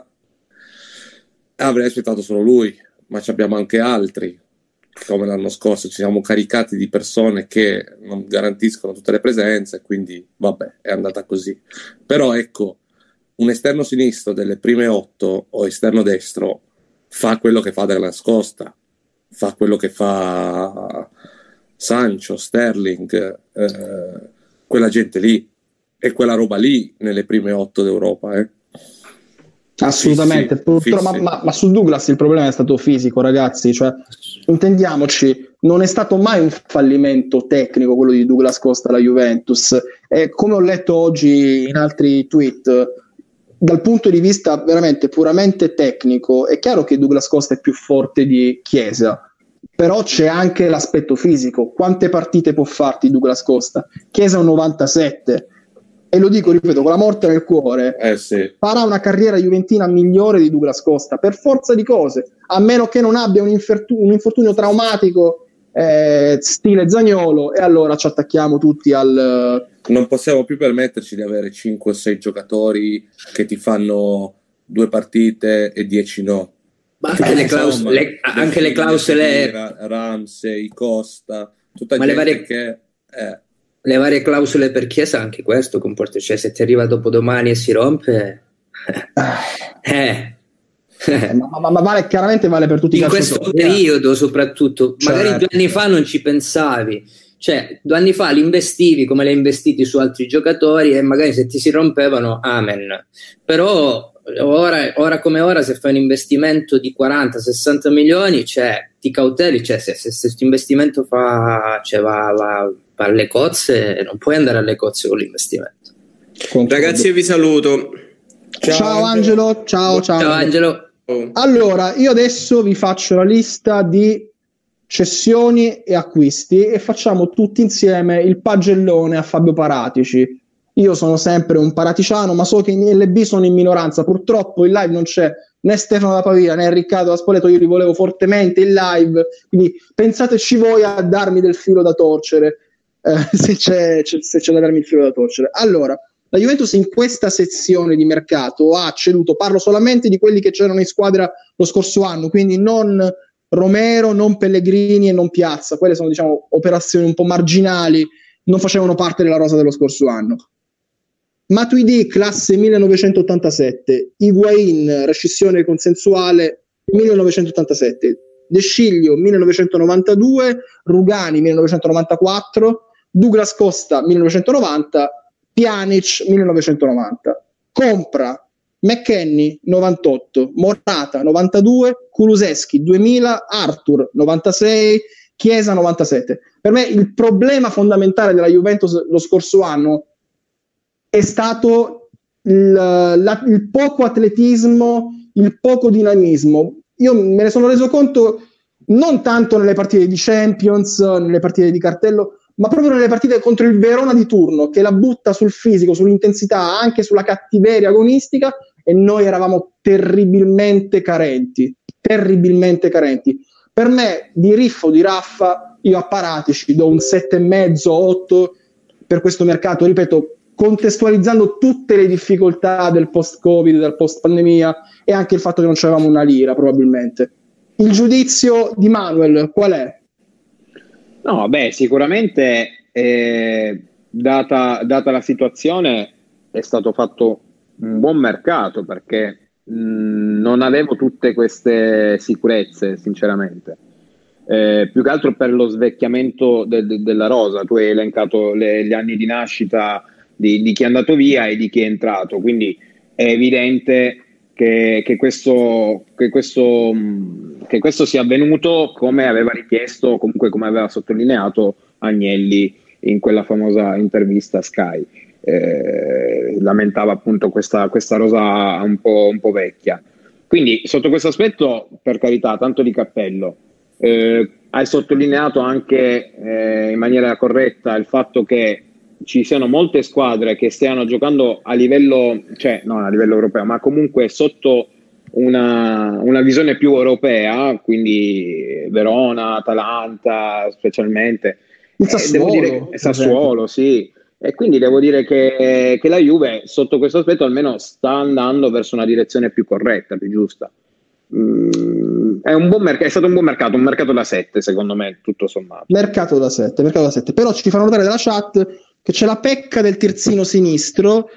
avrei aspettato solo lui, ma ci abbiamo anche altri, come l'anno scorso ci siamo caricati di persone che non garantiscono tutte le presenze, quindi vabbè, è andata così. Però ecco, un esterno sinistro delle prime otto o esterno destro fa quello che fa della nascosta, fa quello che fa Sancho, Sterling, eh, quella gente lì e quella roba lì nelle prime otto d'Europa, eh. Assolutamente, Fissi, Purtroppo, fissi. Ma, ma, ma su Douglas il problema è stato fisico, ragazzi, cioè intendiamoci, non è stato mai un fallimento tecnico quello di Douglas Costa alla Juventus, e come ho letto oggi in altri tweet, dal punto di vista veramente puramente tecnico è chiaro che Douglas Costa è più forte di Chiesa, però c'è anche l'aspetto fisico. Quante partite può farti Douglas Costa? Chiesa è un novantasette, e lo dico, ripeto, con la morte nel cuore, Eh sì. farà una carriera juventina migliore di Douglas Costa per forza di cose, a meno che non abbia un, infertu- un infortunio traumatico eh, stile Zaniolo, e allora ci attacchiamo tutti al... Non possiamo più permetterci di avere cinque o sei giocatori che ti fanno due partite e dieci no. Ma anche, le, claus- Insomma, le, anche le clausole, Ramsey, Costa, tutta ma gente le varie, che eh. le varie clausole per Chiesa, anche questo comporta, cioè se ti arriva dopo domani e si rompe, eh. eh, ma, ma, ma vale, chiaramente vale per tutti i in calciatori. questo periodo soprattutto, Certo. magari due anni fa non ci pensavi, cioè due anni fa li investivi come li hai investiti su altri giocatori e magari se ti si rompevano, amen. Però ora, ora come ora, se fai un investimento di quaranta sessanta milioni, cioè ti cauteli, cioè se questo investimento fa, cioè va, va, va alle cozze, non puoi andare alle cozze con l'investimento. Ragazzi, io vi saluto. Ciao, ciao Angelo, ciao, ciao. Ciao Angelo. Allora, io adesso vi faccio la lista di cessioni e acquisti e facciamo tutti insieme il pagellone a Fabio Paratici. Io sono sempre un paraticiano, ma so che in L B sono in minoranza. Purtroppo in live non c'è né Stefano da Pavia né Riccardo da Spoleto. Io li volevo fortemente in live, quindi pensateci voi a darmi del filo da torcere, eh, se, c'è, c'è, se c'è da darmi il filo da torcere. Allora, la Juventus in questa sezione di mercato ha ceduto, parlo solamente di quelli che c'erano in squadra lo scorso anno, quindi non Romero, non Pellegrini e non Piazza. Quelle sono, diciamo, operazioni un po' marginali, non facevano parte della rosa dello scorso anno. Matuidi classe millenovecentottantasette, Higuain rescissione consensuale millenovecentottantasette, De Sciglio millenovecentonovantadue, Rugani millenovecentonovantaquattro, Douglas Costa millenovecentonovanta, Pjanic millenovecentonovanta. Compra McKennie novantotto, Morata novantadue, Kulusevski duemila, Arthur novantasei, Chiesa novantasette. Per me il problema fondamentale della Juventus lo scorso anno è stato il, la, il poco atletismo, il poco dinamismo. Io me ne sono reso conto non tanto nelle partite di Champions, nelle partite di cartello, ma proprio nelle partite contro il Verona di turno, che la butta sul fisico, sull'intensità, anche sulla cattiveria agonistica, e noi eravamo terribilmente carenti, terribilmente carenti. Per me, di Riffo, di Raffa, io a Paratici do un sette e mezzo, otto per questo mercato, ripeto, contestualizzando tutte le difficoltà del post-Covid, del post-pandemia, e anche il fatto che non c'avevamo una lira, probabilmente. Il giudizio di Manuel, qual è? No, beh, sicuramente eh, data, data la situazione è stato fatto un buon mercato, perché mh, non avevo tutte queste sicurezze, sinceramente. Eh, più che altro per lo svecchiamento de- de- della rosa. Tu hai elencato le, gli anni di nascita di, di chi è andato via e di chi è entrato, quindi è evidente che, che, questo, che, questo, che questo sia avvenuto come aveva richiesto, comunque come aveva sottolineato Agnelli in quella famosa intervista a Sky. Eh, lamentava appunto questa, questa rosa un po', un po' vecchia. Quindi sotto questo aspetto, per carità, tanto di cappello. Eh, hai sottolineato anche eh, in maniera corretta il fatto che ci siano molte squadre che stiano giocando a livello, cioè non a livello europeo, ma comunque sotto una, una visione più europea, quindi Verona, Atalanta specialmente. Il Sassuolo, eh, devo dire, Sassuolo, sì. E quindi devo dire che, che la Juve sotto questo aspetto almeno sta andando verso una direzione più corretta, più giusta. Mm, è un buon mercato, è stato un buon mercato, un mercato da sette secondo me, tutto sommato. Mercato da sette, mercato da sette. Però ci fanno notare dalla chat che c'è la pecca del terzino sinistro,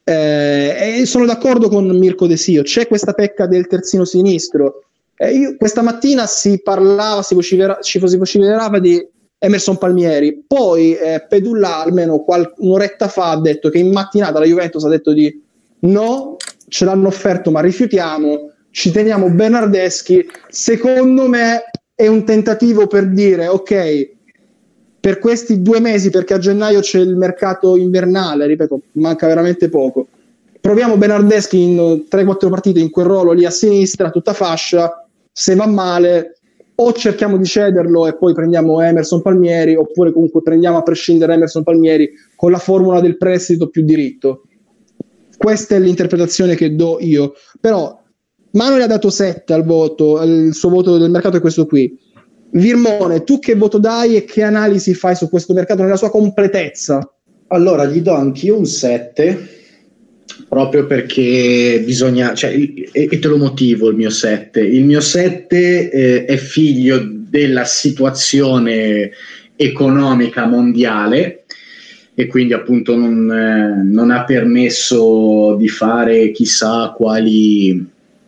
eh, e sono d'accordo con Mirko De Sio, c'è questa pecca del terzino sinistro. Eh, io, questa mattina si parlava, si vocifera, si vociferava di Emerson Palmieri, poi eh, Pedulla almeno qual- un'oretta fa ha detto che in mattinata la Juventus ha detto di no, ce l'hanno offerto ma rifiutiamo, ci teniamo Bernardeschi. Secondo me è un tentativo per dire ok, per questi due mesi, perché a gennaio c'è il mercato invernale, ripeto, manca veramente poco, proviamo Bernardeschi in tre quattro partite in quel ruolo lì a sinistra, tutta fascia, se va male o cerchiamo di cederlo e poi prendiamo Emerson Palmieri, oppure comunque prendiamo a prescindere Emerson Palmieri con la formula del prestito più diritto. Questa è l'interpretazione che do io. Però Manuel ha dato sette al voto, il suo voto del mercato è questo qui. Virmone, tu che voto dai e che analisi fai su questo mercato nella sua completezza? Allora, gli do anch'io un sette, proprio perché bisogna, cioè, e, e te lo motivo il mio sette. Il mio sette eh, è figlio della situazione economica mondiale e quindi appunto non, eh, non ha permesso di fare chissà quali,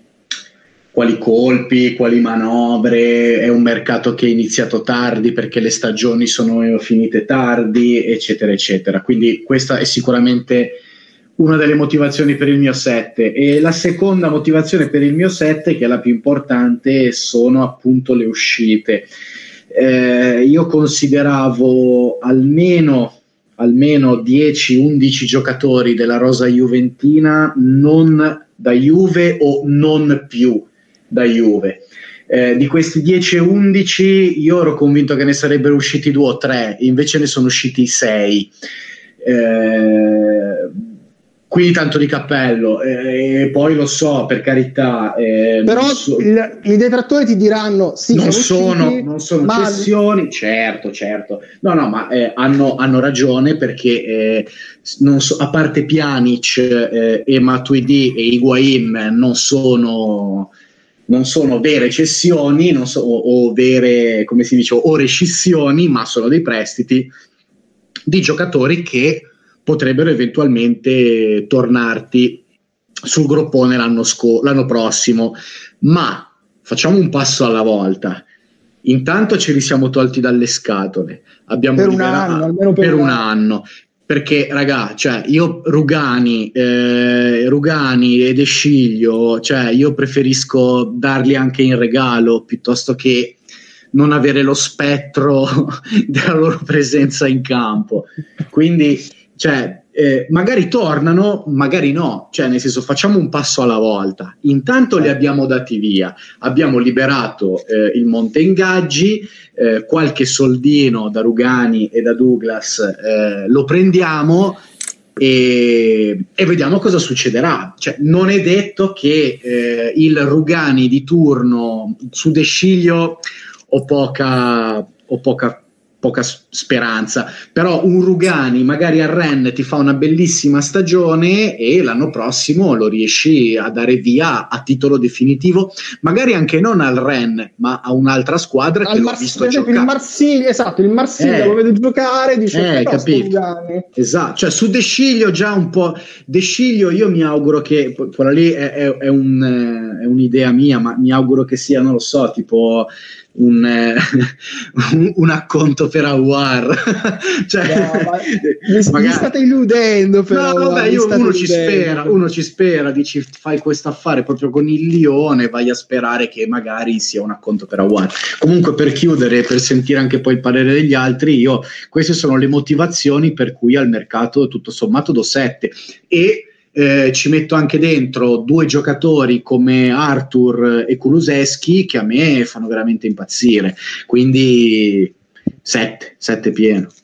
quali colpi, quali manovre. È un mercato che è iniziato tardi perché le stagioni sono finite tardi, eccetera, eccetera. Quindi questa è sicuramente una delle motivazioni per il mio sette. E la seconda motivazione per il mio sette, che è la più importante, sono appunto le uscite. Eh, io consideravo almeno, almeno dieci undici giocatori della rosa juventina non da Juve o non più da Juve. Eh, di questi dieci e undici io ero convinto che ne sarebbero usciti due o tre, invece ne sono usciti sei. Eh, quindi tanto di cappello, e eh, poi lo so, per carità, eh, però so, il, i detrattori ti diranno sì, non sono, sono, non sono ma... cessioni, certo, certo, no, no, ma eh, hanno, hanno ragione, perché eh, non so, a parte Pjanic eh, e Matuidi e Higuain non sono, non sono vere cessioni, non so, o, o vere, come si dice, o rescissioni, ma sono dei prestiti di giocatori che potrebbero eventualmente tornarti sul groppone l'anno, sco- l'anno prossimo. Ma facciamo un passo alla volta. Intanto ce li siamo tolti dalle scatole, abbiamo per un liberato anno, almeno per, per un, un anno. anno, perché raga, cioè io Rugani eh, Rugani e De Sciglio, cioè io preferisco darli anche in regalo piuttosto che non avere lo spettro della loro presenza in campo. Quindi cioè eh, magari tornano, magari no, cioè nel senso, facciamo un passo alla volta. Intanto li abbiamo dati via, abbiamo liberato eh, il monte ingaggi, eh, qualche soldino da Rugani e da Douglas eh, lo prendiamo e, e vediamo cosa succederà. Cioè, non è detto che eh, il Rugani di turno su De Sciglio ho poca, ho poca poca speranza, però un Rugani magari a Rennes ti fa una bellissima stagione e l'anno prossimo lo riesci a dare via a titolo definitivo, magari anche non al Rennes ma a un'altra squadra al che Mars- l'ho visto giocare. Il Marsiglia, esatto, il Marsiglia eh, lo vede giocare, dice eh, capito. Esatto, cioè su De Sciglio già un po'. De Sciglio io mi auguro che, quella lì è, è, è, un, è un'idea mia, ma mi auguro che sia, non lo so, tipo Un, eh, un, un acconto per Aouar. Cioè, no, ma mi, magari... mi state illudendo però, no, vabbè, io, uno ci spera uno ci spera dici fai questo affare proprio con il Lione, vai a sperare che magari sia un acconto per Aouar. Comunque, per chiudere, per sentire anche poi il parere degli altri, io queste sono le motivazioni per cui al mercato tutto sommato do sette. E Eh, ci metto anche dentro due giocatori come Arthur e Kulusevski che a me fanno veramente impazzire, quindi sette pieno.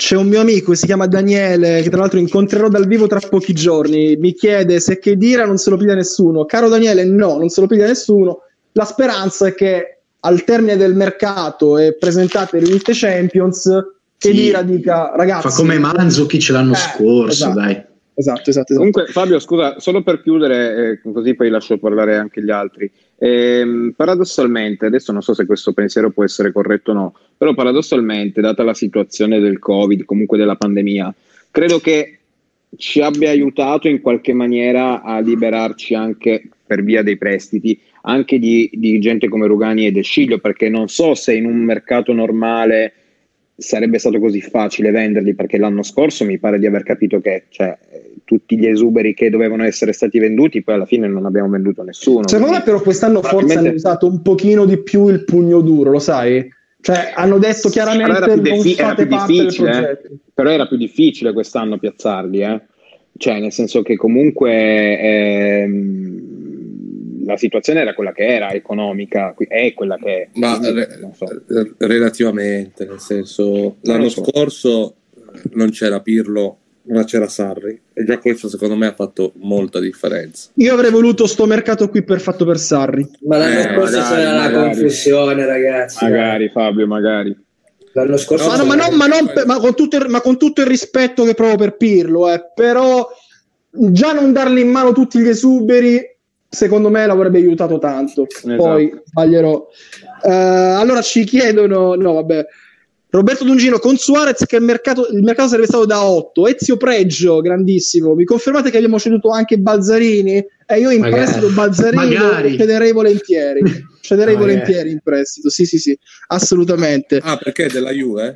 c'è un mio amico che si chiama Daniele, che tra l'altro incontrerò dal vivo tra pochi giorni, mi chiede se che Dira non se lo piglia nessuno. Caro Daniele, no, non se lo piglia nessuno. La speranza è che al termine del mercato e presentate le Elite Champions, che sì. Dira dica, ragazzi, fa come Mandzukic l'anno eh, scorso, esatto. dai. Esatto, esatto, esatto. Comunque Fabio, scusa, solo per chiudere, eh, così poi lascio parlare anche gli altri. Eh, paradossalmente, adesso non so se questo pensiero può essere corretto o no, però paradossalmente, data la situazione del Covid, comunque della pandemia, credo che ci abbia aiutato in qualche maniera a liberarci anche per via dei prestiti, anche di, di gente come Rugani e De Sciglio, perché non so se in un mercato normale sarebbe stato così facile venderli, perché l'anno scorso mi pare di aver capito che cioè, tutti gli esuberi che dovevano essere stati venduti poi alla fine non abbiamo venduto nessuno. Secondo me però quest'anno forse hanno usato un pochino di più il pugno duro, lo sai? Cioè hanno detto chiaramente era più, defi- non fate era più parte del difficile, progetto. Eh? Però era più difficile quest'anno piazzarli, eh? Cioè nel senso che comunque ehm, la situazione era quella che era, economica, è quella che è. Ma re- non so. relativamente, nel senso, l'anno so. scorso non c'era Pirlo, ma c'era Sarri, e già questo secondo me ha fatto molta differenza. Io avrei voluto sto mercato qui per fatto per Sarri. Ma l'anno eh, scorso magari, c'era magari. la confusione, ragazzi. Magari, Fabio, magari. L'anno scorso no, no, ma, non, ma, non per, ma, con tutto il, ma con tutto il rispetto che provo per Pirlo, eh, però già non dargli in mano tutti gli esuberi secondo me l'avrebbe aiutato tanto. Esatto. Poi sbaglierò. Uh, allora ci chiedono, no vabbè, Roberto Dungino, con Suarez che il mercato, il mercato sarebbe stato da otto. Ezio Preggio, grandissimo, mi confermate che abbiamo ceduto anche Balzarini? E eh, io in magari. prestito Balzarini lo cederei volentieri, cederei magari. volentieri in prestito, sì sì sì, assolutamente. Ah, perché della Juve?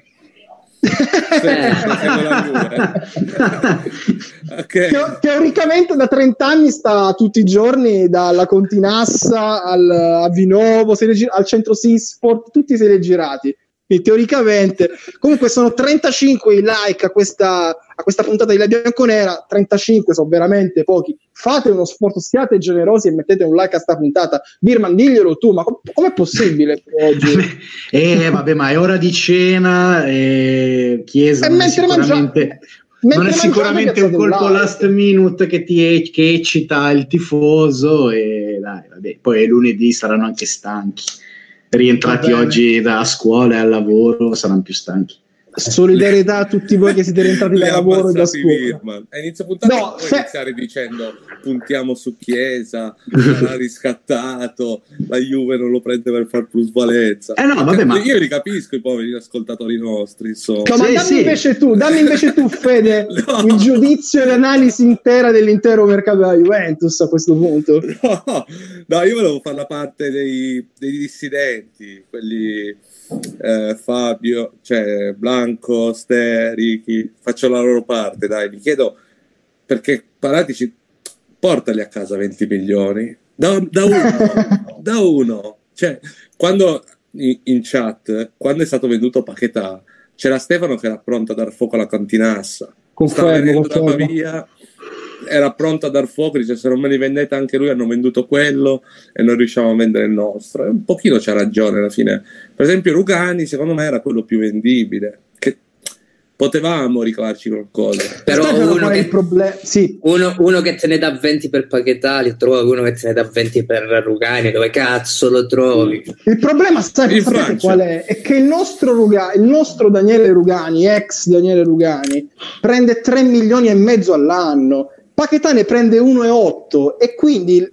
Okay. Te- teoricamente da trenta anni sta tutti i giorni dalla Continassa al, a Vinovo, se gi- al centro Sisport, tutti se li è girati. Quindi teoricamente, comunque sono trentacinque i like a questa, a questa puntata di La Bianconera, trentacinque sono veramente pochi. Fate uno sforzo, siate generosi e mettete un like a sta puntata. Birman, diglielo tu, ma com- com'è possibile oggi? eh vabbè, ma è ora di cena, eh, Chiesa, e non è sicuramente, non è sicuramente un colpo last minute che ti che eccita il tifoso, e dai, vabbè, poi lunedì saranno anche stanchi. Rientrati oggi da scuola e al lavoro saranno più stanchi. Solidarietà a tutti voi che siete rientrati da lavoro e da scuola. A inizio puntata no, non puoi iniziare dicendo puntiamo su Chiesa, sarà riscattato, la Juve non lo prende per far plusvalenza. Eh no, vabbè, ma... Io li capisco i poveri ascoltatori nostri, insomma. No, ma sì, dammi, sì. invece tu, dammi invece tu, Fede, no. il giudizio e l'analisi intera dell'intero mercato della Juventus a questo punto. No, no, io volevo fare la parte dei, dei dissidenti, quelli... Eh, Fabio, cioè Blanco, Ste, Ricky, faccio la loro parte, dai, mi chiedo perché Paratici portali a casa venti milioni da, da uno, da uno, cioè quando in, in chat, quando è stato venduto Paquetá, c'era Stefano che era pronto a dar fuoco alla Cantinassa, stava venendo da Pavia, era pronto a dar fuoco, dice se non me li vendete anche lui, hanno venduto quello e non riusciamo a vendere il nostro, e un pochino c'ha ragione alla fine. Per esempio Rugani secondo me era quello più vendibile, che potevamo ricavarci qualcosa, però uno che, problem- sì. uno, uno che te ne dà venti per Paquetá li trovi, uno che te ne dà venti per Rugani, dove cazzo lo trovi? Il problema sai, sapete qual è? È che il nostro, Rugani, il nostro Daniele Rugani, ex Daniele Rugani, prende tre milioni e mezzo all'anno, Paquetá ne prende uno virgola otto e quindi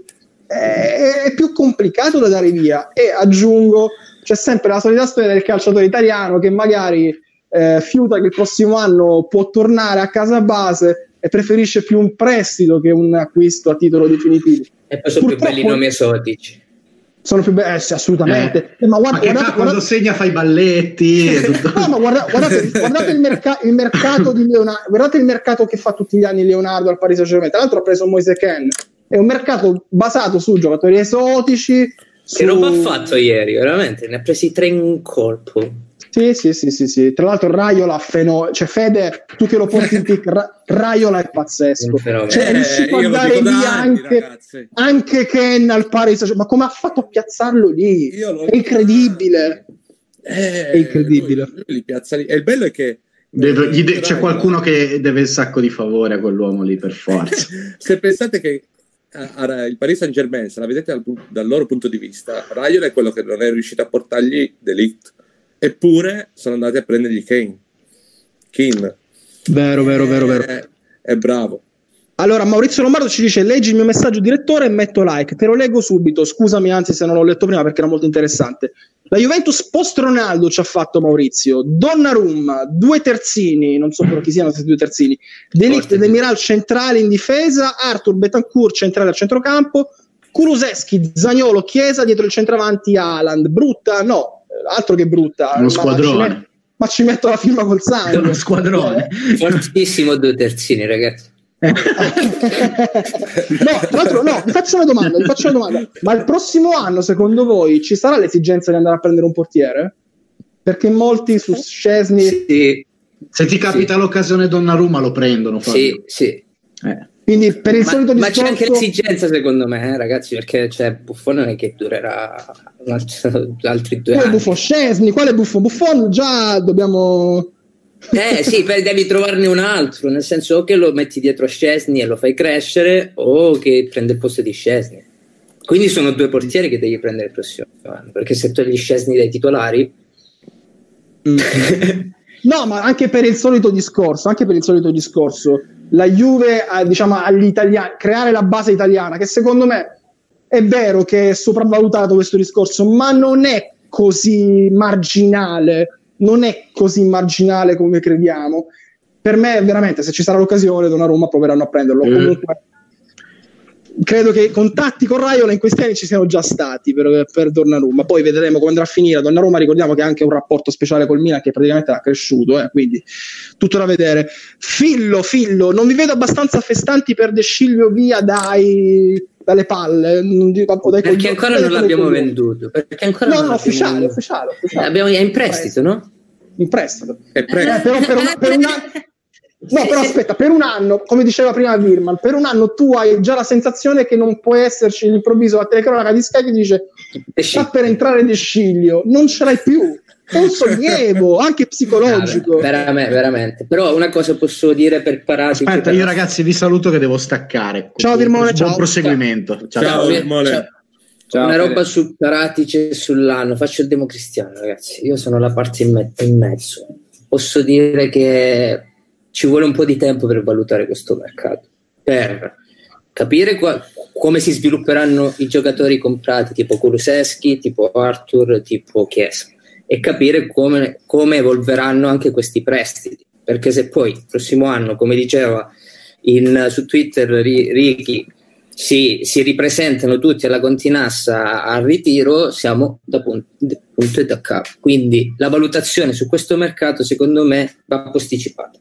è, è più complicato da dare via. E aggiungo, c'è sempre la solita storia del calciatore italiano che magari eh, fiuta che il prossimo anno può tornare a casa base e preferisce più un prestito che un acquisto a titolo definitivo. E poi sono Purtroppo, più belli i nomi esotici. Sono più belli, eh, sì, assolutamente. Eh, ma guarda, ma che guardate, fa, quando guardate, segna fa i balletti. E tutto. No, ma guarda, guardate, guardate il, merca- il mercato di Leonardo, guardate il mercato che fa tutti gli anni Leonardo al Paris Saint-Germain. Tra l'altro ha preso Moise Kean. È un mercato basato su giocatori esotici. Su... Che roba ha fatto ieri, veramente? Ne ha presi tre in un colpo. Sì, sì, sì, sì, sì. Tra l'altro Raiola feno... cioè Fede, tu che lo porti in pick, Ra- Raiola è pazzesco. Cioè, è riuscito eh, a dare via anni, anche, anche Ken al Paris, ma come ha fatto a piazzarlo lì? È incredibile. Eh, è incredibile. Lui, lui li piazza lì. E il bello è che Deve, gli de- c'è qualcuno che deve un sacco di favore a quell'uomo lì, per forza. Se pensate che a, a, il Paris Saint Germain, se la vedete dal, dal loro punto di vista, Raiola è quello che non è riuscito a portargli De Ligt, eppure sono andati a prendergli Kane. Keane. Vero, vero, vero, vero. È, è bravo. Allora, Maurizio Lombardo ci dice: leggi il mio messaggio direttore e metto like. Te lo leggo subito, scusami anzi se non l'ho letto prima perché era molto interessante. La Juventus post Ronaldo ci ha fatto Maurizio Donnarumma, due terzini, non so però chi siano questi due terzini, De Ligt e Demiral centrali in difesa, Arthur Betancourt centrale al centrocampo, Kulusevski, Zaniolo, Chiesa dietro il centravanti, Haaland. Brutta? No, altro che brutta. Uno squadrone. Ma ci, ma ci metto la firma col sangue. Uno squadrone. Fortissimo due terzini, ragazzi. No, tra l'altro, no, vi faccio una domanda, vi faccio una domanda. Ma il prossimo anno, secondo voi, ci sarà l'esigenza di andare a prendere un portiere? Perché molti su Szczesny... Sì. Se ti capita sì. l'occasione Donnarumma lo prendono. Sì, sì. Eh. Quindi per il ma, solito ma discorso... c'è anche l'esigenza, secondo me, eh, ragazzi, perché cioè, Buffon non è che durerà altri, altri due quale anni. Buffon? Szczesny, quale Buffon? Buffon già dobbiamo... Eh sì, poi devi trovarne un altro, nel senso o che lo metti dietro a Szczesny e lo fai crescere o che prende il posto di Szczesny. Quindi sono due portieri che devi prendere il prossimo anno, perché se togli Szczesny dai titolari... Mm. No, ma anche per il solito discorso, anche per il solito discorso, la Juve, diciamo, agli italiani, creare la base italiana, che secondo me è vero che è sopravvalutato questo discorso, ma non è così marginale. Non è così marginale come crediamo. Per me, veramente, se ci sarà l'occasione, Donnarumma proveranno a prenderlo. Mm. Comunque, credo che i contatti con Raiola in questi anni ci siano già stati per, per Donnarumma. Poi vedremo come andrà a finire. Donnarumma, ricordiamo che ha anche un rapporto speciale col Milan che praticamente ha cresciuto, eh, quindi tutto da vedere. Fillo, Fillo, non vi vedo abbastanza festanti per De Sciglio via dai... dalle palle, non dico, dai perché coglioni, ancora non l'abbiamo venduto, perché ancora no, non no, ufficiale, ufficiale, ufficiale. Abbiamo in prestito, no? In prestito. È prestito. Eh, però per un, per un anno, no, però aspetta, per un anno, come diceva prima Virman, per un anno tu hai già la sensazione che non può esserci all'improvviso la telecronaca di Sky che dice sta per entrare De Sciglio, non ce l'hai più. È un sollievo anche psicologico. No, veramente, veramente. Però una cosa posso dire per Paratici. Aspetta, per... io ragazzi vi saluto che devo staccare. Ciao Virmone, buon ciao. proseguimento. Ciao, ciao, Virmone. Ciao. Ciao, una roba su Paratici e sull'anno. Faccio il democristiano, ragazzi. Io sono la parte in, me- in mezzo. Posso dire che ci vuole un po' di tempo per valutare questo mercato, per capire qua- come si svilupperanno i giocatori comprati, tipo Kulusevski, tipo Arthur, tipo Chiesa, e capire come, come evolveranno anche questi prestiti, perché se poi il prossimo anno, come diceva in, su Twitter Ricky, si, si ripresentano tutti alla Continassa al ritiro, siamo da punto, punto e da capo. Quindi la valutazione su questo mercato secondo me va posticipata.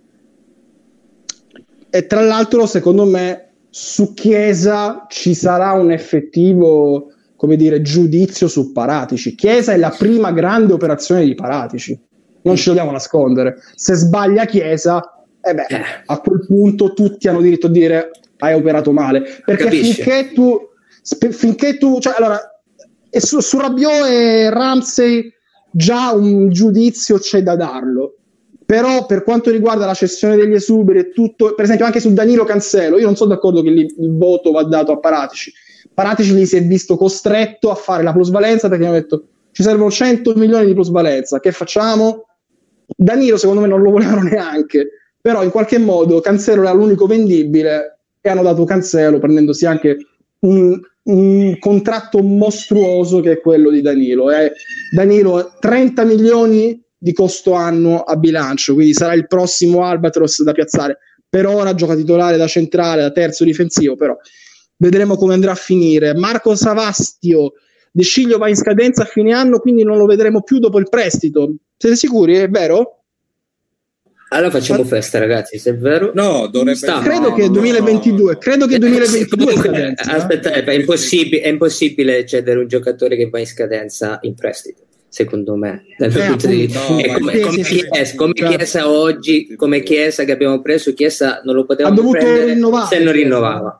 E tra l'altro secondo me su Chiesa ci sarà un effettivo, come dire, giudizio su Paratici. Chiesa è la prima grande operazione di Paratici, non ci dobbiamo nascondere. Se sbaglia Chiesa, eh beh, a quel punto tutti hanno diritto a dire hai operato male, perché Capisce. finché tu sp- finché tu cioè, allora, e su, su Rabiot e Ramsey già un giudizio c'è da darlo, però per quanto riguarda la cessione degli esuberi e tutto, per esempio anche su Danilo Cancelo, io non sono d'accordo che lì il voto va dato a Paratici. Paratici gli si è visto costretto a fare la plusvalenza perché hanno detto ci servono cento milioni di plusvalenza, che facciamo? Danilo secondo me non lo volevano neanche, però in qualche modo Cancelo era l'unico vendibile e hanno dato Cancelo prendendosi anche un, un contratto mostruoso che è quello di Danilo. Eh, Danilo trenta milioni di costo annuo a bilancio, quindi sarà il prossimo Albatros da piazzare. Per ora gioca titolare da centrale, da terzo difensivo, però vedremo come andrà a finire. Marco Savastio, De Sciglio va in scadenza a fine anno, quindi non lo vedremo più dopo il prestito. Siete sicuri? È vero? Allora facciamo festa, ragazzi, se è vero. No, dovrebbe Sta. Credo no, che no, duemilaventidue, no. credo che duemilaventidue Comunque, scadenza. aspetta, è impossibile, è impossibile cedere un giocatore che va in scadenza in prestito, secondo me. Dal mio Eh, punto di appunto, vista. no, È come, sì, come sì, sì, Chiesa, come certo. Chiesa oggi, come Chiesa che abbiamo preso, Chiesa non lo Ha potevamo dovuto prendere rinnovare, se non Chiesa. rinnovava.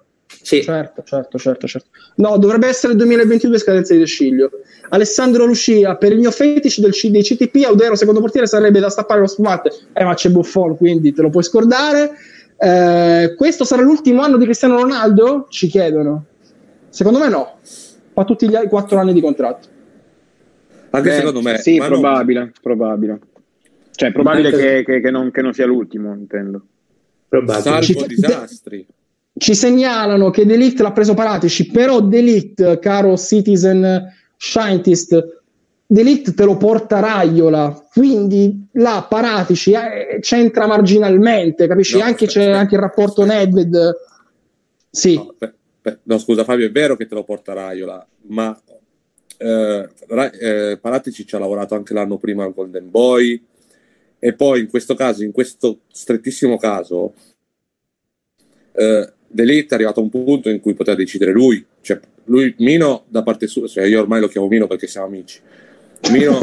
Sì. Certo, certo, certo, certo. No, dovrebbe essere il duemilaventidue scadenza di De Sciglio. Alessandro Lucia, per il mio fetish del C- dei C T P, Audero secondo portiere sarebbe da stappare lo spumante. Eh, ma c'è Buffon, quindi te lo puoi scordare. Eh, questo sarà l'ultimo anno di Cristiano Ronaldo? Ci chiedono. Secondo me no. Fa tutti gli quattro anni di contratto. Anche Beh, secondo me. Sì, ma probabile, non... probabile. Cioè, probabile Anche... che, che, che, non, che non sia l'ultimo, intendo. Probabile. Salvo Ci- disastri. Ci segnalano che De Ligt l'ha preso Paratici, però De Ligt, caro citizen scientist, De Ligt te lo porta Raiola, quindi là Paratici eh, c'entra marginalmente, capisci? No, anche aspetta, c'è aspetta. anche il rapporto Nedved. Sì, No, per- per- no, scusa Fabio, è vero che te lo porta Raiola, ma eh, Ra- eh, Paratici ci ha lavorato anche l'anno prima al Golden Boy, e poi in questo caso, in questo strettissimo caso, eh, De Ligt è arrivato a un punto in cui poteva decidere lui, cioè lui, Mino da parte sua, cioè io ormai lo chiamo Mino perché siamo amici, Mino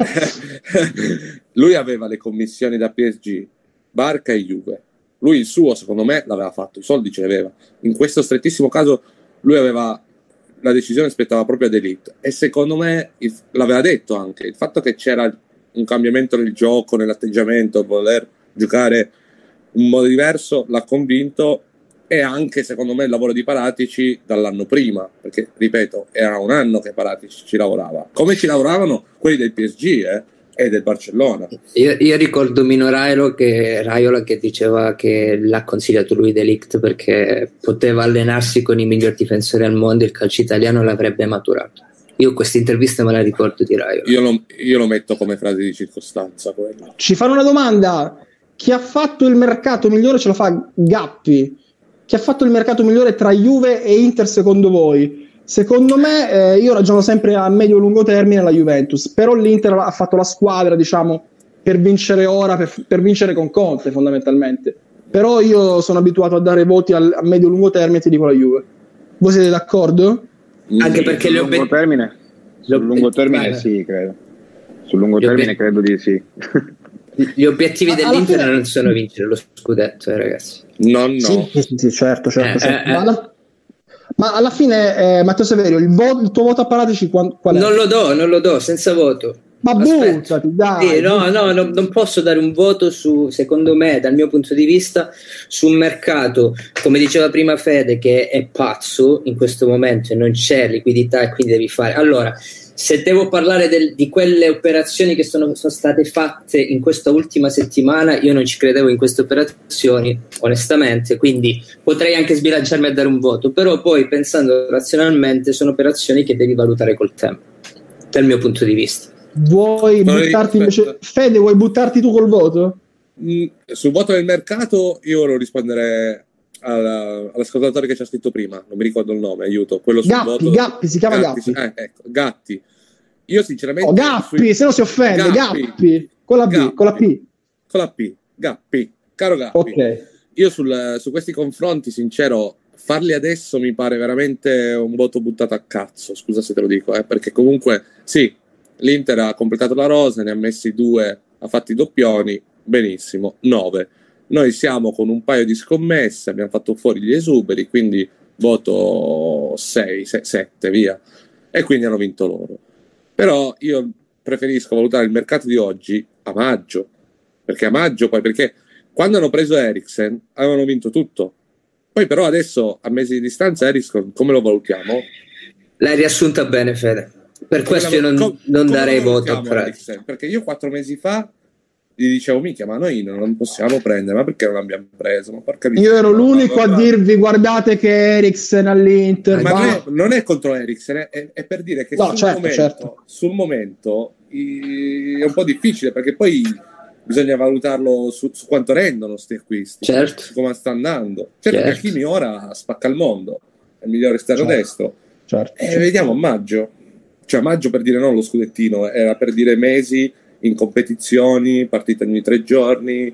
lui aveva le commissioni da P S G, Barca e Juve, lui il suo secondo me l'aveva fatto, i soldi ce li aveva, in questo strettissimo caso lui aveva la decisione, spettava proprio a De Ligt, e secondo me il, l'aveva detto anche, il fatto che c'era un cambiamento nel gioco, nell'atteggiamento, voler giocare un modo diverso l'ha convinto, e anche secondo me il lavoro di Paratici dall'anno prima, perché ripeto era un anno che Paratici ci lavorava, come ci lavoravano quelli del P S G eh, e del Barcellona. Io, io ricordo Mino Raiola che, Raiola che diceva che l'ha consigliato lui De Ligt perché poteva allenarsi con i migliori difensori al mondo e il calcio italiano l'avrebbe maturato. Io questa intervista me la ricordo di Raiola. Io lo, io lo metto come frase di circostanza quella. ci fanno una domanda: chi ha fatto il mercato migliore? Ce lo fa Gappi. Chi ha fatto il mercato migliore tra Juve e Inter secondo voi? Secondo me, eh, io ragiono sempre a medio-lungo termine la Juventus, però l'Inter ha fatto la squadra, diciamo, per vincere ora, per, per vincere con Conte fondamentalmente. Però io sono abituato a dare voti al, a medio-lungo termine, ti dico la Juve. Voi siete d'accordo? Anche perché sul le lungo obe- termine, sul lungo termine sì, credo. Sul lungo Gli termine obe- credo di sì. Gli obiettivi Alla dell'Inter fine- non sono vincere lo scudetto, eh, ragazzi. No, no. Sì, sì, sì, certo, certo. Eh, certo. eh, Ma, alla, ma alla fine, eh, Matteo Severio, il, vo- il tuo voto a Paratici qual, qual è? Non lo do, non lo do, senza voto. Ma Aspetta. buttati, dai. Sì, no, no, no, non posso dare un voto su, secondo me, dal mio punto di vista, su un mercato, come diceva prima Fede, che è pazzo in questo momento e non c'è liquidità e quindi devi fare. Allora, se devo parlare del, di quelle operazioni che sono, sono state fatte in questa ultima settimana, io non ci credevo in queste operazioni, onestamente, quindi potrei anche sbilanciarmi a dare un voto, però poi pensando razionalmente sono operazioni che devi valutare col tempo, dal mio punto di vista. Vuoi Poi, buttarti aspetta. invece, Fede, vuoi buttarti tu col voto? Mm, sul voto del mercato io lo risponderei alla- all'ascoltatore che ci ha scritto prima, non mi ricordo il nome, aiuto, quello sul Gappi, voto. Gappi, si chiama Gappi. eh, ecco, Gatti. Io sinceramente Oh, Gappi, sui- se no si offende, Gappi. Gappi, con la B, Gappi. con la P. Con la P, Gappi, caro Gappi. Ok. Io sul- su questi confronti, sincero, farli adesso mi pare veramente un voto buttato a cazzo, scusa se te lo dico, eh, perché comunque sì, l'Inter ha completato la rosa, ne ha messi due, ha fatto i doppioni, benissimo, nove. Noi siamo con un paio di scommesse, abbiamo fatto fuori gli esuberi, quindi voto sei, sette, via. E quindi hanno vinto loro. Però io preferisco valutare il mercato di oggi a maggio, perché a maggio poi, perché quando hanno preso Eriksen avevano vinto tutto. Poi però adesso, a mesi di distanza, Eriksen come lo valutiamo? L'hai riassunta bene, Fede. Per Come questo io la- non, com- non come darei lo voto a valutiamo Paratici. Eriksen? Perché io quattro mesi fa gli dicevo, minchia, ma noi non possiamo prendere, ma perché non l'abbiamo preso? Ma porca Io ero miseria, l'unico ma- ma- a dirvi guardate che Eriksen all'Inter. Ma va. non è, non è contro Eriksen, è, è per dire che No, sul, certo, momento, certo. sul momento i- è un po' difficile, perché poi bisogna valutarlo su, su quanto rendono questi acquisti, Certo. su come sta andando. Certo, Certo. che Hakimi ora spacca il mondo, è il migliore esterno Certo. destro. Certo, E certo. vediamo a maggio. Cioè a maggio per dire no lo scudettino, era per dire mesi in competizioni, partite ogni tre giorni,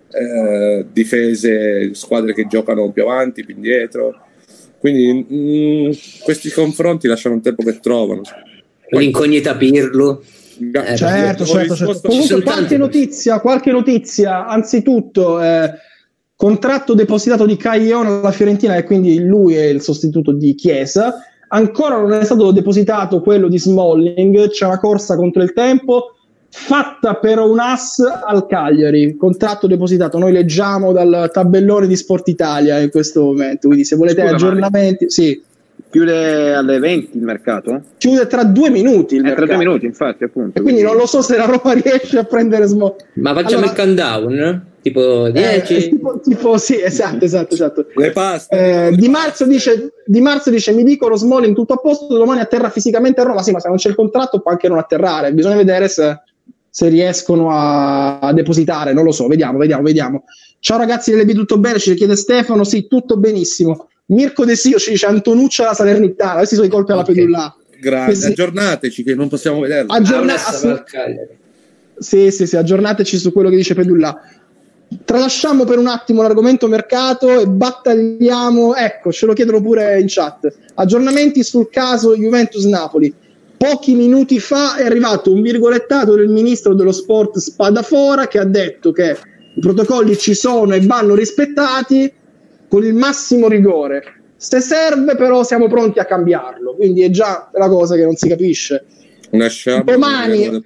eh, difese, squadre che giocano più avanti, più indietro. Quindi mh, questi confronti lasciano un tempo che trovano. Poi- L'incognita Pirlo. Ga- Eh, Certo, ho certo, certo. risposto- Ci Comunque sono qualche tanti- notizia, qualche notizia, anzitutto eh, contratto depositato di Caglione alla Fiorentina, e quindi lui è il sostituto di Chiesa. Ancora non è stato depositato quello di Smalling, c'è una corsa contro il tempo fatta per un as al Cagliari, contratto depositato, noi leggiamo dal tabellone di Sport Italia in questo momento, quindi se volete Scusa, aggiornamenti, sì. Chiude alle venti il mercato? Chiude tra due minuti il eh, mercato. Tra due minuti, infatti, appunto. E quindi, quindi non lo so se la Roma riesce a prendere Smalling. Ma facciamo allora, il countdown? Tipo dieci? Eh, tipo, tipo sì, esatto, esatto, esatto. Le paste. Eh, di, Marzo dice, Di Marzo dice, mi dicono Smalling tutto a posto, domani atterra fisicamente a Roma. Sì, ma se non c'è il contratto può anche non atterrare, bisogna vedere se... se riescono a, a depositare, non lo so, vediamo, vediamo, vediamo. Ciao ragazzi delle B, tutto bene? Ci chiede Stefano, sì, tutto benissimo. Mirko De Sio ci dice Antonuccia la Salernitana, questi sono i colpi alla okay. Pedulla. Grazie, Questi... aggiornateci che non possiamo vederlo. Aggiorna... Assu... Sì, sì, sì, aggiornateci su quello che dice Pedulla. Tralasciamo per un attimo l'argomento mercato e battagliamo, ecco, ce lo chiedono pure in chat. Aggiornamenti sul caso Juventus-Napoli. Pochi minuti fa è arrivato un virgolettato del ministro dello sport Spadafora che ha detto che i protocolli ci sono e vanno rispettati con il massimo rigore. Se serve però siamo pronti a cambiarlo, quindi è già una cosa che non si capisce. Una sciarpa, domani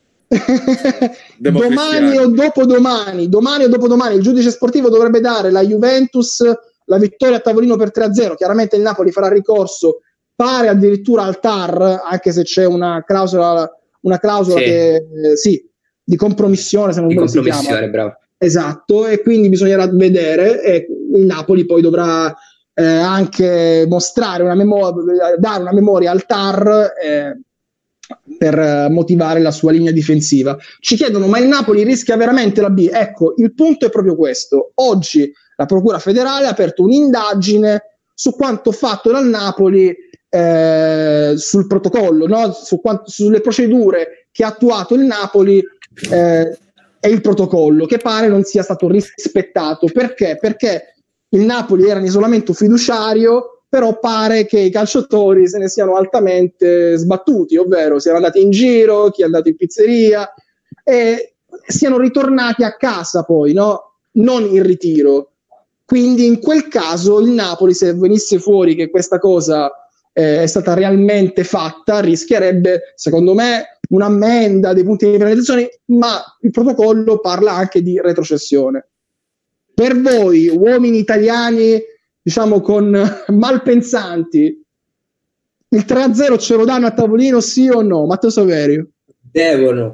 domani o dopodomani domani o dopodomani il giudice sportivo dovrebbe dare alla Juventus la vittoria a tavolino per tre a zero. Chiaramente il Napoli farà ricorso, pare addirittura al T A R, anche se c'è una clausola, una clausola sì. che eh, sì, di compromissione, se non di si chiama. Bravo. Esatto, e quindi bisognerà vedere, e il Napoli poi dovrà eh, anche mostrare una memoria, dare una memoria al T A R eh, per motivare la sua linea difensiva. Ci chiedono, ma il Napoli rischia veramente la B? Ecco, il punto è proprio questo. Oggi la Procura Federale ha aperto un'indagine su quanto fatto dal Napoli Eh, sul protocollo, no? Su quanto, sulle procedure che ha attuato il Napoli eh, e il protocollo, che pare non sia stato rispettato. Perché? Perché il Napoli era in isolamento fiduciario, però pare che i calciatori se ne siano altamente sbattuti, ovvero siano andati in giro, chi è andato in pizzeria e siano ritornati a casa poi, no? Non in ritiro. Quindi in quel caso il Napoli, se venisse fuori che questa cosa Eh, è stata realmente fatta, rischierebbe secondo me un'ammenda, dei punti di penalizzazione, ma il protocollo parla anche di retrocessione. Per voi uomini italiani, diciamo con malpensanti, il tre a zero ce lo danno a tavolino, sì o no? Matteo Saverio? Devono.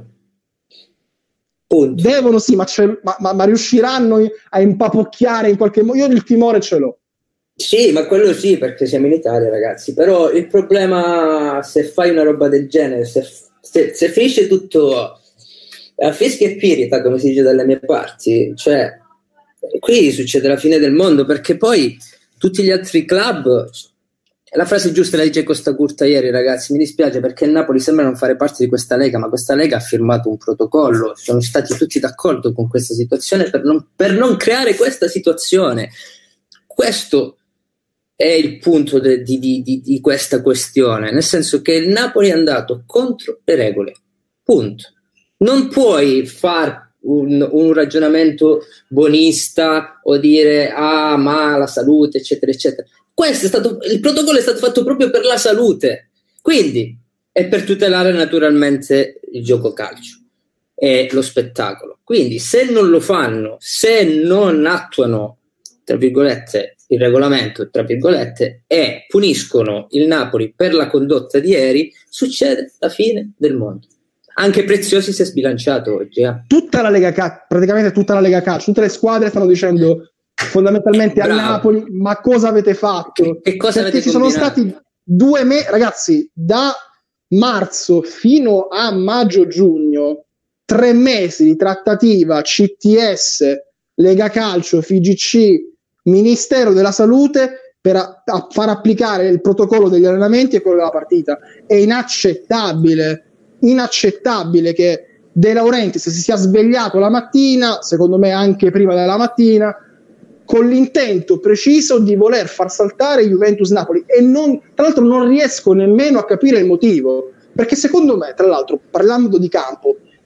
Punto. Devono sì, ma, ma, ma, ma riusciranno a impapocchiare in qualche modo? Io il timore ce l'ho. Sì, ma quello sì, perché siamo in Italia, ragazzi. Però il problema, se fai una roba del genere, se, se, se finisce tutto a fischia e pirita, come si dice dalle mie parti, cioè qui succede la fine del mondo, perché poi tutti gli altri club, la frase giusta la dice Costa Curta ieri, ragazzi, mi dispiace perché il Napoli sembra non fare parte di questa Lega, ma questa Lega ha firmato un protocollo, sono stati tutti d'accordo con questa situazione per non, per non creare questa situazione. Questo è il punto de, di, di, di, di questa questione, nel senso che il Napoli è andato contro le regole, punto. Non puoi far un, un ragionamento buonista o dire ah ma la salute eccetera eccetera. Questo è stato, il protocollo è stato fatto proprio per la salute, quindi è per tutelare naturalmente il gioco calcio e lo spettacolo. Quindi se non lo fanno, se non attuano tra virgolette il regolamento, tra virgolette, e puniscono il Napoli per la condotta di ieri, succede la fine del mondo. Anche Preziosi si è sbilanciato oggi. Eh. Tutta la Lega Calcio, praticamente tutta la Lega Calcio, tutte le squadre stanno dicendo fondamentalmente al Napoli, ma cosa avete fatto? Che cosa Perché avete ci combinato? sono stati due mesi, ragazzi, da marzo fino a maggio-giugno, tre mesi di trattativa C T S, Lega Calcio, F I G C, Ministero della Salute per a, a far applicare il protocollo degli allenamenti e quello della partita. È inaccettabile, inaccettabile che De Laurentiis si sia svegliato la mattina, secondo me anche prima della mattina, con l'intento preciso di voler far saltare Juventus-Napoli e non, tra l'altro non riesco nemmeno a capire il motivo, perché secondo me, tra l'altro, parlando di campo,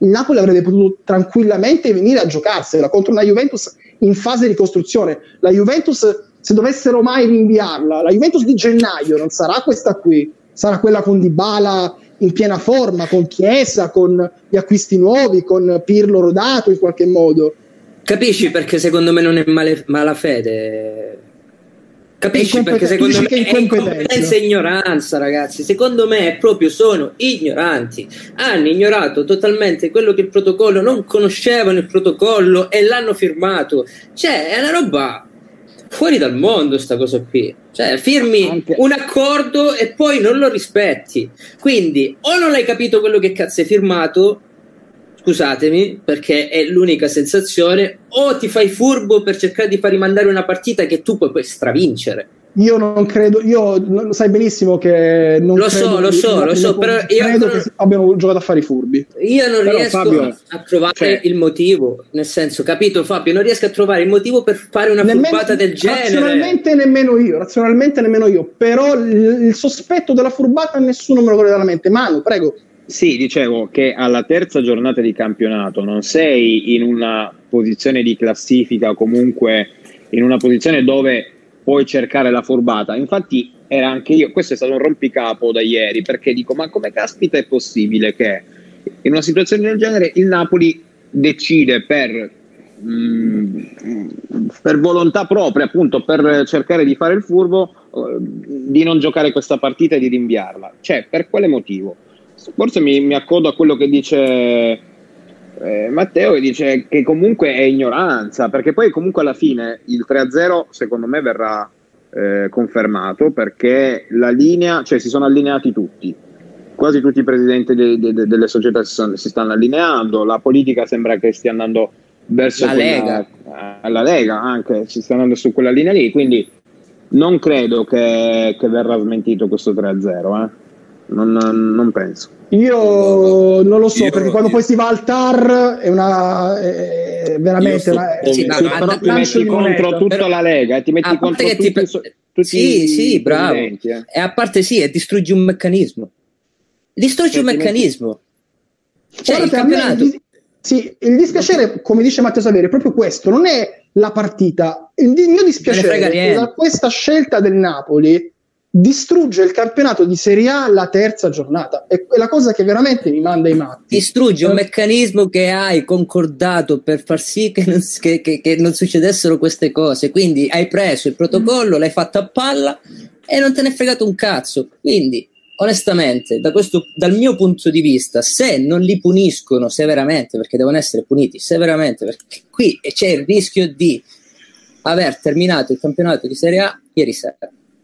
il Napoli avrebbe potuto tranquillamente venire a giocarsela contro una Juventus in fase di costruzione. La Juventus, se dovessero mai rinviarla, la Juventus di gennaio non sarà questa qui, sarà quella con Dybala in piena forma, con Chiesa, con gli acquisti nuovi, con Pirlo rodato in qualche modo. Capisci perché secondo me non è male, malafede? Capisci Incompet- perché secondo me che è incompetenza. incompetenza e ignoranza, ragazzi. Secondo me proprio sono ignoranti. Hanno ignorato totalmente quello che il protocollo, non conoscevano il protocollo e l'hanno firmato. Cioè, è una roba fuori dal mondo sta cosa qui. Cioè, firmi Anche... un accordo e poi non lo rispetti. Quindi, o non hai capito quello che cazzo hai firmato, scusatemi, perché è l'unica sensazione, o ti fai furbo per cercare di far rimandare una partita che tu puoi poi stravincere. Io non credo, io lo sai benissimo che non lo credo so, lo che- so, lo so, però io credo non- che abbiano giocato a fare i furbi. Io non Però, riesco Fabio, a trovare cioè- il motivo, nel senso, capito Fabio? Non riesco a trovare il motivo per fare una Nemmeno- furbata del genere. razionalmente nemmeno io, razionalmente nemmeno io, però il, il sospetto della furbata nessuno me lo toglie dalla mente. Manu, prego. Sì, dicevo che alla terza giornata di campionato non sei in una posizione di classifica o comunque in una posizione dove puoi cercare la furbata. Infatti era anche io, questo è stato un rompicapo da ieri, perché dico, ma come caspita è possibile che in una situazione del genere il Napoli decide per, mh, per volontà propria, appunto per cercare di fare il furbo, eh, di non giocare questa partita e di rinviarla. Cioè, per quale motivo? Forse mi, mi accodo a quello che dice eh, Matteo, che dice che comunque è ignoranza, perché poi comunque alla fine il tre a zero secondo me verrà eh, confermato, perché la linea, cioè si sono allineati tutti, quasi tutti i presidenti de, de, de, delle società si, sono, si stanno allineando, la politica sembra che stia andando verso La quella, Lega. eh, la Lega anche si sta andando su quella linea lì, quindi non credo che, che verrà smentito questo tre a zero, eh. Non, non penso. Io non lo so, Io- perché quando io- poi si va al T A R è una è veramente Io una, so- Sì, ma- Sì, ma- però ti lancio metti di contro moneta. tutta Però- la Lega e ti metti A parte contro che ti- tutti, so- tutti sì, i sì, bravo. presidenti, eh. E a parte sì, e distruggi un meccanismo. Distruggi Cioè, un ti metti- meccanismo. Cioè, il Guardate, a me campionato. il dis- sì, il dispiacere, come dice Matteo Saverio, è proprio questo, non è la partita. Il di- mio Me ne dispiacere frega è che niente. da questa scelta del Napoli distrugge il campionato di Serie A alla terza giornata. È la cosa che veramente mi manda i matti. Distruggi un Eh, meccanismo che hai concordato per far sì che non, che, che- che non succedessero queste cose. Quindi hai preso il protocollo, l'hai fatto a palla e non te ne è fregato un cazzo. Quindi, onestamente, da questo, dal mio punto di vista, se non li puniscono severamente, perché devono essere puniti severamente, perché qui c'è il rischio di aver terminato il campionato di Serie A ieri sera.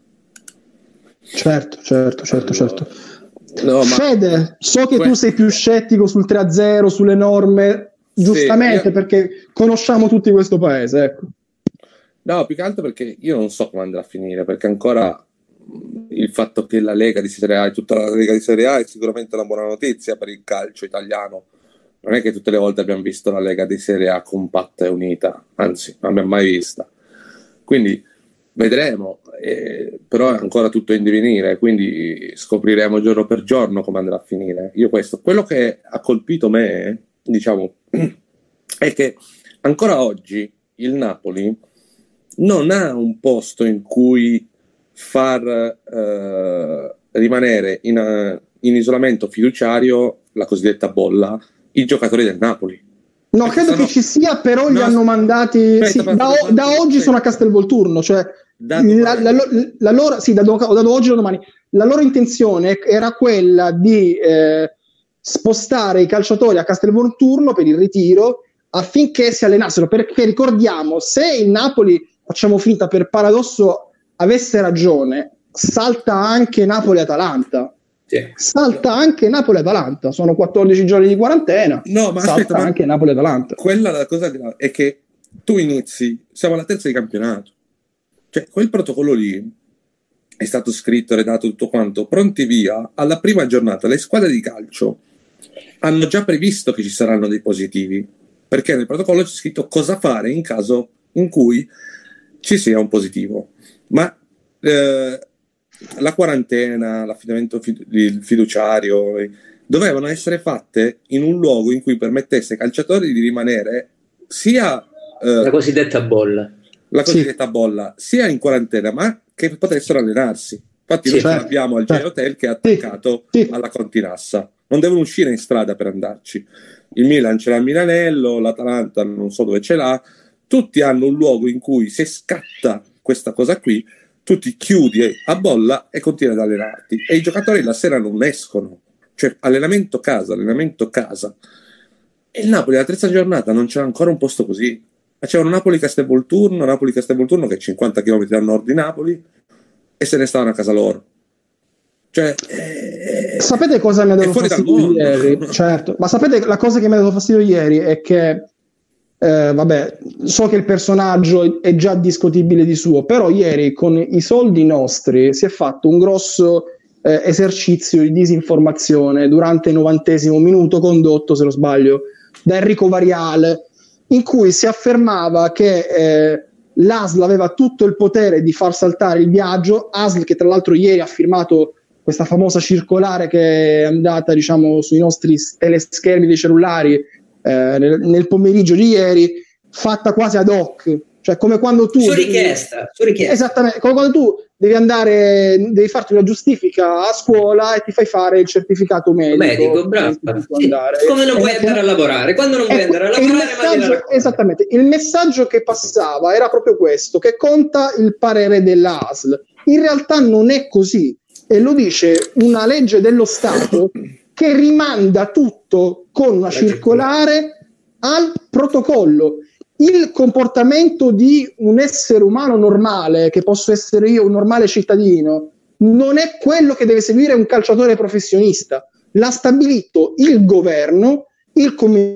Certo, certo, certo, certo. No, ma Fede, so che que- tu sei più scettico sul tre a zero, sulle norme, giustamente, io- perché conosciamo tutti questo paese, ecco. no, più che altro perché io non so come andrà a finire, perché ancora mh, il fatto che la Lega di Serie A e tutta la Lega di Serie A è sicuramente una buona notizia per il calcio italiano. Non è che tutte le volte abbiamo visto la Lega di Serie A compatta e unita, anzi, non l'abbiamo mai vista. Quindi vedremo, eh, però è ancora tutto in divenire, quindi scopriremo giorno per giorno come andrà a finire. Io questo, quello che ha colpito me, diciamo, è che ancora oggi il Napoli non ha un posto in cui far eh, rimanere in, eh, in isolamento fiduciario, la cosiddetta bolla, i giocatori del Napoli. No, Perché credo sono- che ci sia, però li No, hanno mandati aspetta, sì, aspetta, da, aspetta, da oggi aspetta. sono a Castelvolturno, cioè Da la, domani. la lo- la loro sì, da, do- da oggi o domani. La loro intenzione era quella di eh, spostare i calciatori a Castelvolturno per il ritiro affinché si allenassero, perché ricordiamo, se il Napoli, facciamo finta per paradosso, avesse ragione, salta anche Napoli-Atalanta. Sì. Salta anche Napoli-Atalanta, sono quattordici giorni di quarantena. No, ma salta aspetta, ma anche Napoli-Atalanta. quella la cosa gra- è che tu inizi, siamo alla terza di campionato, cioè quel protocollo lì è stato scritto, redatto tutto quanto, pronti via, alla prima giornata le squadre di calcio hanno già previsto che ci saranno dei positivi, perché nel protocollo c'è scritto cosa fare in caso in cui ci sia un positivo, ma eh, la quarantena, l'affidamento fid- il fiduciario, dovevano essere fatte in un luogo in cui permettesse ai calciatori di rimanere sia eh, la cosiddetta bolla, la cosiddetta sì. bolla, sia in quarantena, ma che potessero allenarsi. Infatti, sì, noi certo. abbiamo al J Hotel che è attaccato sì. Sì. alla Continassa. Non devono uscire in strada per andarci. Il Milan ce l'ha a Milanello, l'Atalanta non so dove ce l'ha. Tutti hanno un luogo in cui, se scatta questa cosa qui, tu ti chiudi a bolla e continui ad allenarti. E i giocatori la sera non escono. Cioè, allenamento casa, allenamento casa. E il Napoli, la terza giornata, non c'era ancora un posto così. Ma c'era un Napoli-Castelvolturno, Napoli-Castelvolturno che è cinquanta chilometri a nord di Napoli, e se ne stavano a casa loro. Cioè, eh, sapete cosa mi ha dato fastidio ieri? Certo, ma sapete la cosa che mi ha dato fastidio ieri è che eh, vabbè, so che il personaggio è già discutibile di suo, però ieri con i soldi nostri si è fatto un grosso eh, esercizio di disinformazione durante il novantesimo minuto, condotto, se non sbaglio, da Enrico Variale, in cui si affermava che eh, l'A S L aveva tutto il potere di far saltare il viaggio. A S L che tra l'altro ieri ha firmato questa famosa circolare che è andata, diciamo, sui nostri teleschermi dei cellulari eh, nel, nel pomeriggio di ieri, fatta quasi ad hoc, cioè come quando tu su richiesta, devi, su richiesta. Esattamente, come quando tu devi andare, devi farti una giustifica a scuola e ti fai fare il certificato medico, medico bravo. Sì. Come non puoi andare a lavorare, quando non puoi andare a lavorare, il messaggio, esattamente, il messaggio che passava era proprio questo, che conta il parere dell'A S L. In realtà non è così, e lo dice una legge dello Stato che rimanda tutto con una circolare al protocollo. Il comportamento di un essere umano normale, che posso essere io, un normale cittadino, non è quello che deve seguire un calciatore professionista. L'ha stabilito il governo, il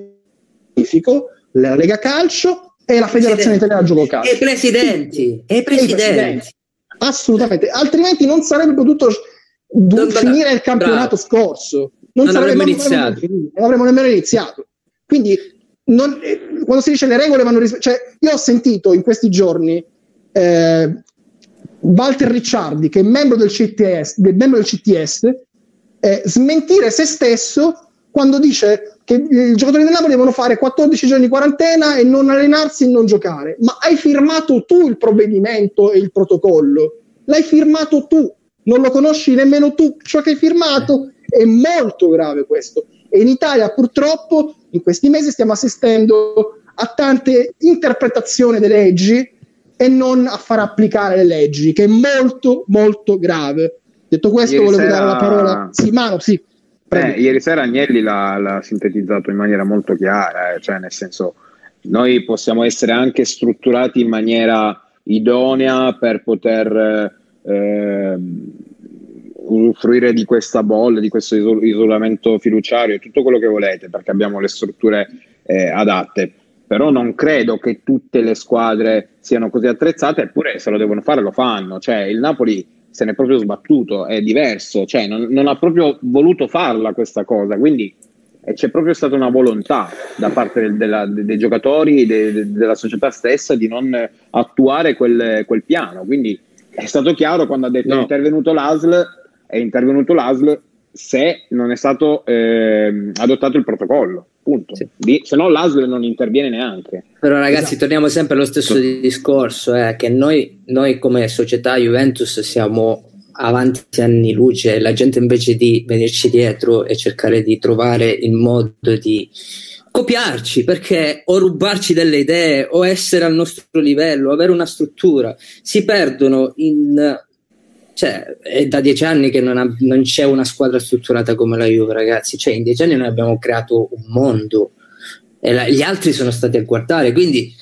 Comunifico, la Lega Calcio e la Federazione Italiana Gioco Calcio. E i presidenti, e i presidenti. Assolutamente, altrimenti non sarebbe potuto du- non, finire il campionato bravo. scorso. Non, non sarebbe avremmo iniziato. Non avremmo nemmeno iniziato. Quindi non, eh, quando si dice le regole vanno rispettare, cioè io ho sentito in questi giorni eh, Walter Ricciardi, che è membro del C T S, del membro del C T S eh, smentire se stesso quando dice che i giocatori del Napoli devono fare quattordici giorni di quarantena e non allenarsi e non giocare. Ma hai firmato tu il provvedimento e il protocollo, l'hai firmato tu, non lo conosci nemmeno tu, ciò che hai firmato. È molto grave questo, e in Italia purtroppo in questi mesi stiamo assistendo a tante interpretazioni delle leggi e non a far applicare le leggi, che è molto molto grave. Detto questo, ieri volevo sera... dare la parola. Sì, Mano, sì. Eh, ieri sera Agnelli l'ha, l'ha sintetizzato in maniera molto chiara, eh, cioè nel senso, noi possiamo essere anche strutturati in maniera idonea per poter eh, usufruire di questa bolla, di questo isol- isolamento fiduciario, tutto quello che volete, perché abbiamo le strutture eh, adatte, però non credo che tutte le squadre siano così attrezzate, eppure se lo devono fare lo fanno, cioè il Napoli se n'è proprio sbattuto, è diverso, cioè non, non ha proprio voluto farla questa cosa, quindi eh, c'è proprio stata una volontà da parte del, della, dei giocatori, de, de, della società stessa di non attuare quel, quel piano, quindi è stato chiaro quando ha detto no. è intervenuto l'A S L, è intervenuto l'A S L se non è stato eh, adottato il protocollo, punto. Sì. Di, se no l'A S L non interviene neanche. Però ragazzi, esatto. torniamo sempre allo stesso sì. discorso, eh, che noi, noi come società Juventus siamo avanti anni luce, la gente invece di venirci dietro e cercare di trovare il modo di copiarci, perché o rubarci delle idee o essere al nostro livello, avere una struttura, si perdono in... Cioè, è da dieci anni che non, ha, non c'è una squadra strutturata come la Juve, ragazzi. Cioè, in dieci anni noi abbiamo creato un mondo e la, gli altri sono stati a guardare. Quindi,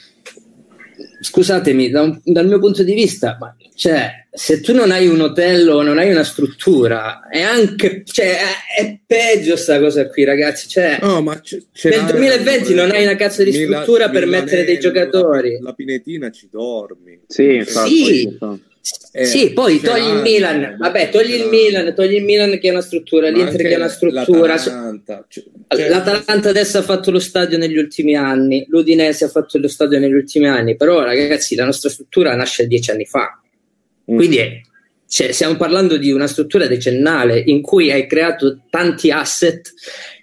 scusatemi, da un, dal mio punto di vista, ma, cioè, se tu non hai un hotel o non hai una struttura, è anche, cioè, è, è peggio sta cosa qui, ragazzi. Cioè, no, ma c- nel duemilaventi non hai una cazzo di struttura Mila, per Milanello, mettere dei giocatori. La, la Pinetina ci dormi. Sì, infatti. Sì. Eh, sì, poi togli il Milan, vabbè, togli il Milan, togli il Milan che è una struttura, l'Inter che è una struttura. L'Atalanta, cioè, L'Atalanta adesso ha fatto lo stadio negli ultimi anni, l'Udinese ha fatto lo stadio negli ultimi anni, però ragazzi la nostra struttura nasce dieci anni fa, quindi è, cioè, stiamo parlando di una struttura decennale in cui hai creato tanti asset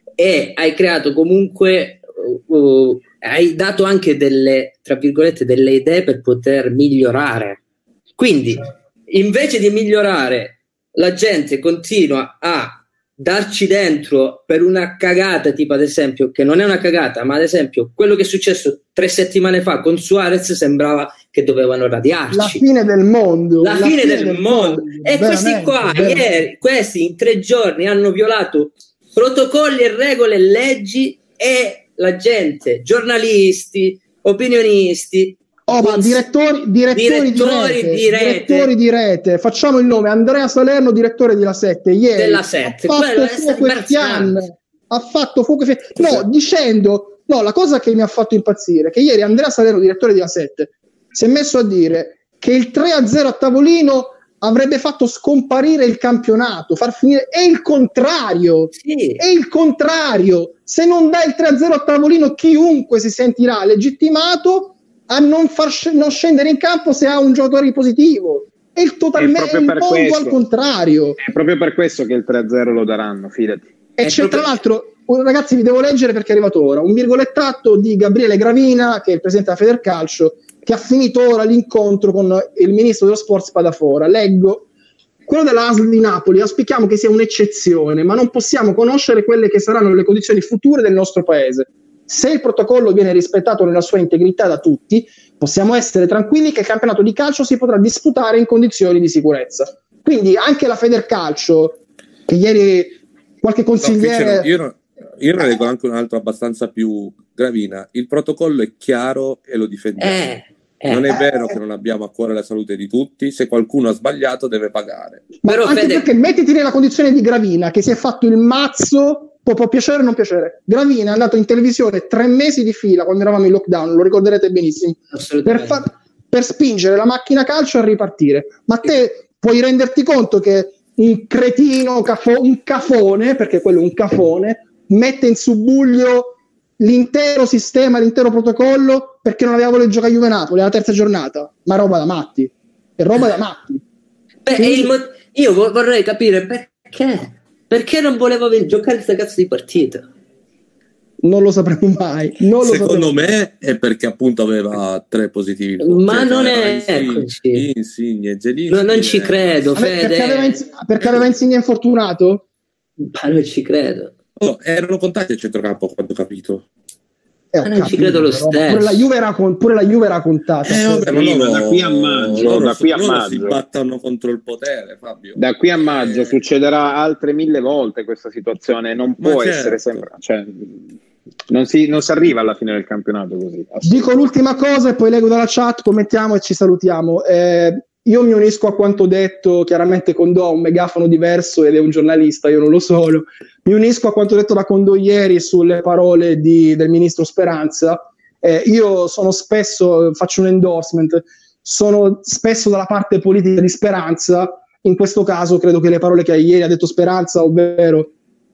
e hai creato comunque uh, uh, hai dato anche delle, tra virgolette, delle idee per poter migliorare. Quindi invece di migliorare, la gente continua a darci dentro per una cagata, tipo ad esempio, che non è una cagata, ma ad esempio quello che è successo tre settimane fa con Suarez sembrava che dovevano radiarci. La fine del mondo. La, la fine, fine del, del mondo. mondo. E questi qua, ieri, questi in tre giorni hanno violato protocolli e regole e leggi, e la gente, giornalisti, opinionisti, Oh, ma direttori, direttori, direttori, di, rete, di, rete. direttori di rete, facciamo il nome, Andrea Salerno, direttore di La sette, ieri della sette. ha fatto fuoco e fiamme, ha fatto fuoco e fiamme, no, dicendo, no, la cosa che mi ha fatto impazzire, che ieri Andrea Salerno, direttore di La sette, si è messo a dire che il tre a zero a tavolino avrebbe fatto scomparire il campionato, far finire, è il contrario, sì. è il contrario, se non dai il tre a zero a tavolino chiunque si sentirà legittimato a non far sc- non scendere in campo se ha un giocatore positivo. È il totalmente il mondo questo, al contrario. È proprio per questo che il tre a zero lo daranno, fidati. E è c'è proprio... tra l'altro, ragazzi, vi devo leggere perché è arrivato ora, un virgolettato di Gabriele Gravina, che è il presidente della Federcalcio, che ha finito ora l'incontro con il ministro dello sport Spadafora. Leggo: quello della A S L di Napoli auspichiamo che sia un'eccezione, ma non possiamo conoscere quelle che saranno le condizioni future del nostro paese. Se il protocollo viene rispettato nella sua integrità da tutti, possiamo essere tranquilli che il campionato di calcio si potrà disputare in condizioni di sicurezza. Quindi anche la Federcalcio, che ieri qualche consigliere... No, io, non, io ne leggo anche un altro abbastanza più Gravina. Il protocollo è chiaro e lo difendiamo. Eh, eh, non è eh, vero che non abbiamo a cuore la salute di tutti. Se qualcuno ha sbagliato deve pagare. Ma Però anche Fede... perché mettiti nella condizione di Gravina, che si è fatto il mazzo... Può, può piacere o non piacere. Gravina è andato in televisione tre mesi di fila quando eravamo in lockdown, lo ricorderete benissimo, per, far, per spingere la macchina calcio a ripartire. Ma te puoi renderti conto che un cretino, cafo, un cafone, perché quello è un cafone, mette in subbuglio l'intero sistema, l'intero protocollo perché non aveva voglia di giocare a Juve Napoli alla terza giornata. Ma roba da matti. È roba da matti. Beh, Quindi... il mo- io vorrei capire perché. Perché non volevo giocare questa cazzo di partita? Non lo sapremo mai. Non lo Secondo sapremo. me è perché appunto aveva tre positivi. Ma cioè, non è Insigne, così. Insigne, Gelinski, no, non ci credo, Fede. Perché aveva, Ins- perché aveva Insigne infortunato? Ma non ci credo. Oh, erano contatti al centrocampo, quando ho capito. Eh, Ma non capito, ci credo lo stesso. Pure la Juve era, con, pure la Juve era contata. Eh, vabbè, ma sì, loro, da qui a maggio, loro, da qui a loro maggio. si battano contro il potere, Fabio. Da qui a maggio eh. succederà altre mille volte questa situazione. Non può certo. essere sempre. Cioè, non si, non si arriva alla fine del campionato così. Dico l'ultima cosa e poi leggo dalla chat, commentiamo e ci salutiamo. Eh, io mi unisco a quanto detto, chiaramente Condò ha un megafono diverso ed è un giornalista, io non lo sono. Mi unisco a quanto detto da Condò ieri sulle parole di, del ministro Speranza. Eh, io sono spesso, faccio un endorsement, sono spesso dalla parte politica di Speranza. In questo caso credo che le parole che ieri ha detto Speranza, ovvero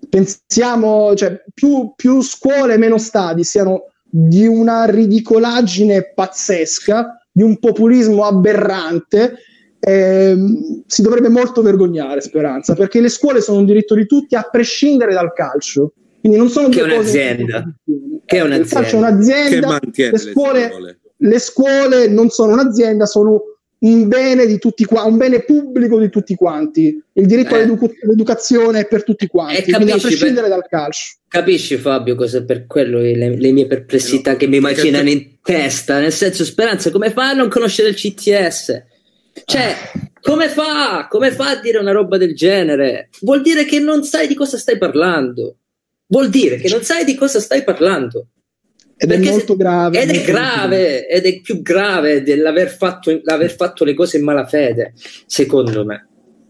pensiamo, cioè più, più scuole meno stadi, siano di una ridicolaggine pazzesca, di un populismo aberrante. Eh, si dovrebbe molto vergognare Speranza, perché le scuole sono un diritto di tutti a prescindere dal calcio, quindi non sono che due è cose un'azienda che è un'azienda. Il calcio è un'azienda, che le scuole, le, le scuole non sono un'azienda, sono un bene di tutti qua, un bene pubblico di tutti quanti. Il diritto eh. all'educazione è per tutti quanti, eh, quindi a prescindere per... dal calcio. Capisci Fabio cosa per quello le, le mie perplessità no, che mi immaginano in testa, nel senso Speranza come fa a non conoscere il C T S? Cioè, come fa? Come fa a dire una roba del genere? Vuol dire che non sai di cosa stai parlando. Vuol dire che non sai di cosa stai parlando. Ed Perché è molto se, grave. Ed è grave, ed è più grave dell'aver fatto, l'aver fatto le cose in malafede, secondo me.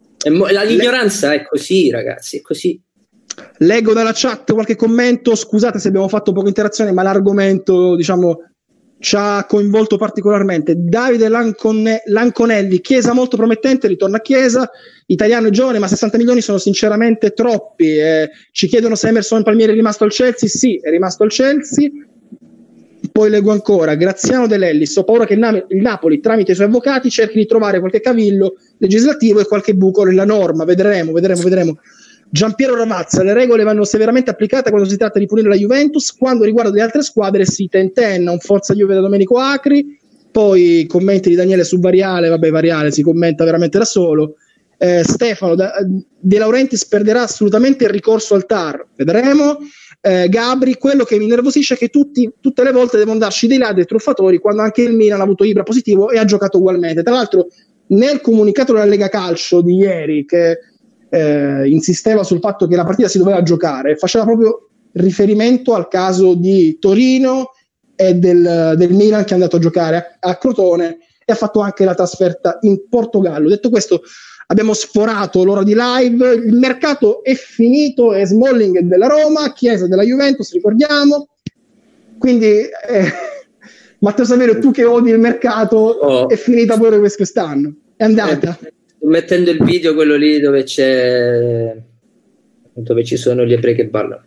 L'ignoranza è così, ragazzi, è così. Leggo dalla chat qualche commento, scusate se abbiamo fatto poca interazione, ma l'argomento, diciamo, ci ha coinvolto particolarmente. Davide Lancone- Lanconelli, Chiesa molto promettente, ritorna a Chiesa, italiano e giovane, ma sessanta milioni sono sinceramente troppi. Eh, ci chiedono se Emerson Palmieri è rimasto al Chelsea, sì, è rimasto al Chelsea. Poi leggo ancora, Graziano De Lellis, ho paura che il, Na- il Napoli tramite i suoi avvocati cerchi di trovare qualche cavillo legislativo e qualche buco nella norma, vedremo, vedremo, vedremo. Giampiero Ravazza, le regole vanno severamente applicate quando si tratta di punire la Juventus, quando riguarda le altre squadre si tentenna, un forza Juve da Domenico Acri. Poi commenti di Daniele su Variale, vabbè Variale si commenta veramente da solo. Eh, Stefano, da, De Laurentiis perderà assolutamente il ricorso al T A R, vedremo. Eh, Gabri, quello che mi innervosisce è che tutti, tutte le volte devono darci dei ladri e truffatori quando anche il Milan ha avuto Ibra positivo e ha giocato ugualmente. Tra l'altro nel comunicato della Lega Calcio di ieri che eh, insisteva sul fatto che la partita si doveva giocare, faceva proprio riferimento al caso di Torino e del, del Milan che è andato a giocare a, a Crotone e ha fatto anche la trasferta in Portogallo. Detto questo, abbiamo sforato l'ora di live, il mercato è finito, è Smalling della Roma, Chiesa della Juventus, ricordiamo, quindi eh, Matteo Saverio, tu che odi il mercato, oh. è finita pure quest'anno, è andata. Eh, sto mettendo il video, quello lì dove c'è, dove ci sono gli ebrei che ballano.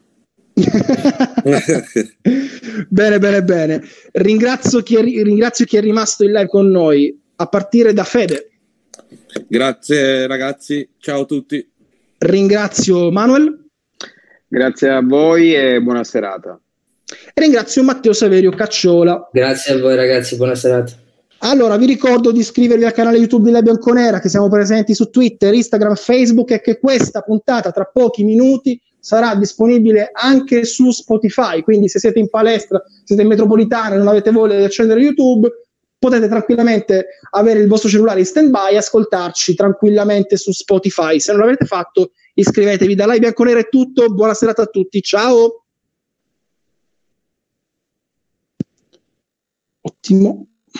Bene, bene, bene. Ringrazio chi, è, ringrazio chi è rimasto in live con noi, a partire da Fede. Grazie ragazzi, ciao a tutti. Ringrazio Manuel. Grazie a voi e buona serata. E ringrazio Matteo Saverio Cacciola. Grazie a voi ragazzi, buona serata. Allora, vi ricordo di iscrivervi al canale YouTube di La Bianconera, che siamo presenti su Twitter, Instagram, Facebook e che questa puntata tra pochi minuti sarà disponibile anche su Spotify, quindi se siete in palestra, siete in metropolitana e non avete voglia di accendere YouTube, potete tranquillamente avere il vostro cellulare in stand-by e ascoltarci tranquillamente su Spotify. Se non l'avete fatto, iscrivetevi. Da Live Bianconera è tutto, buona serata a tutti, ciao! Ottimo.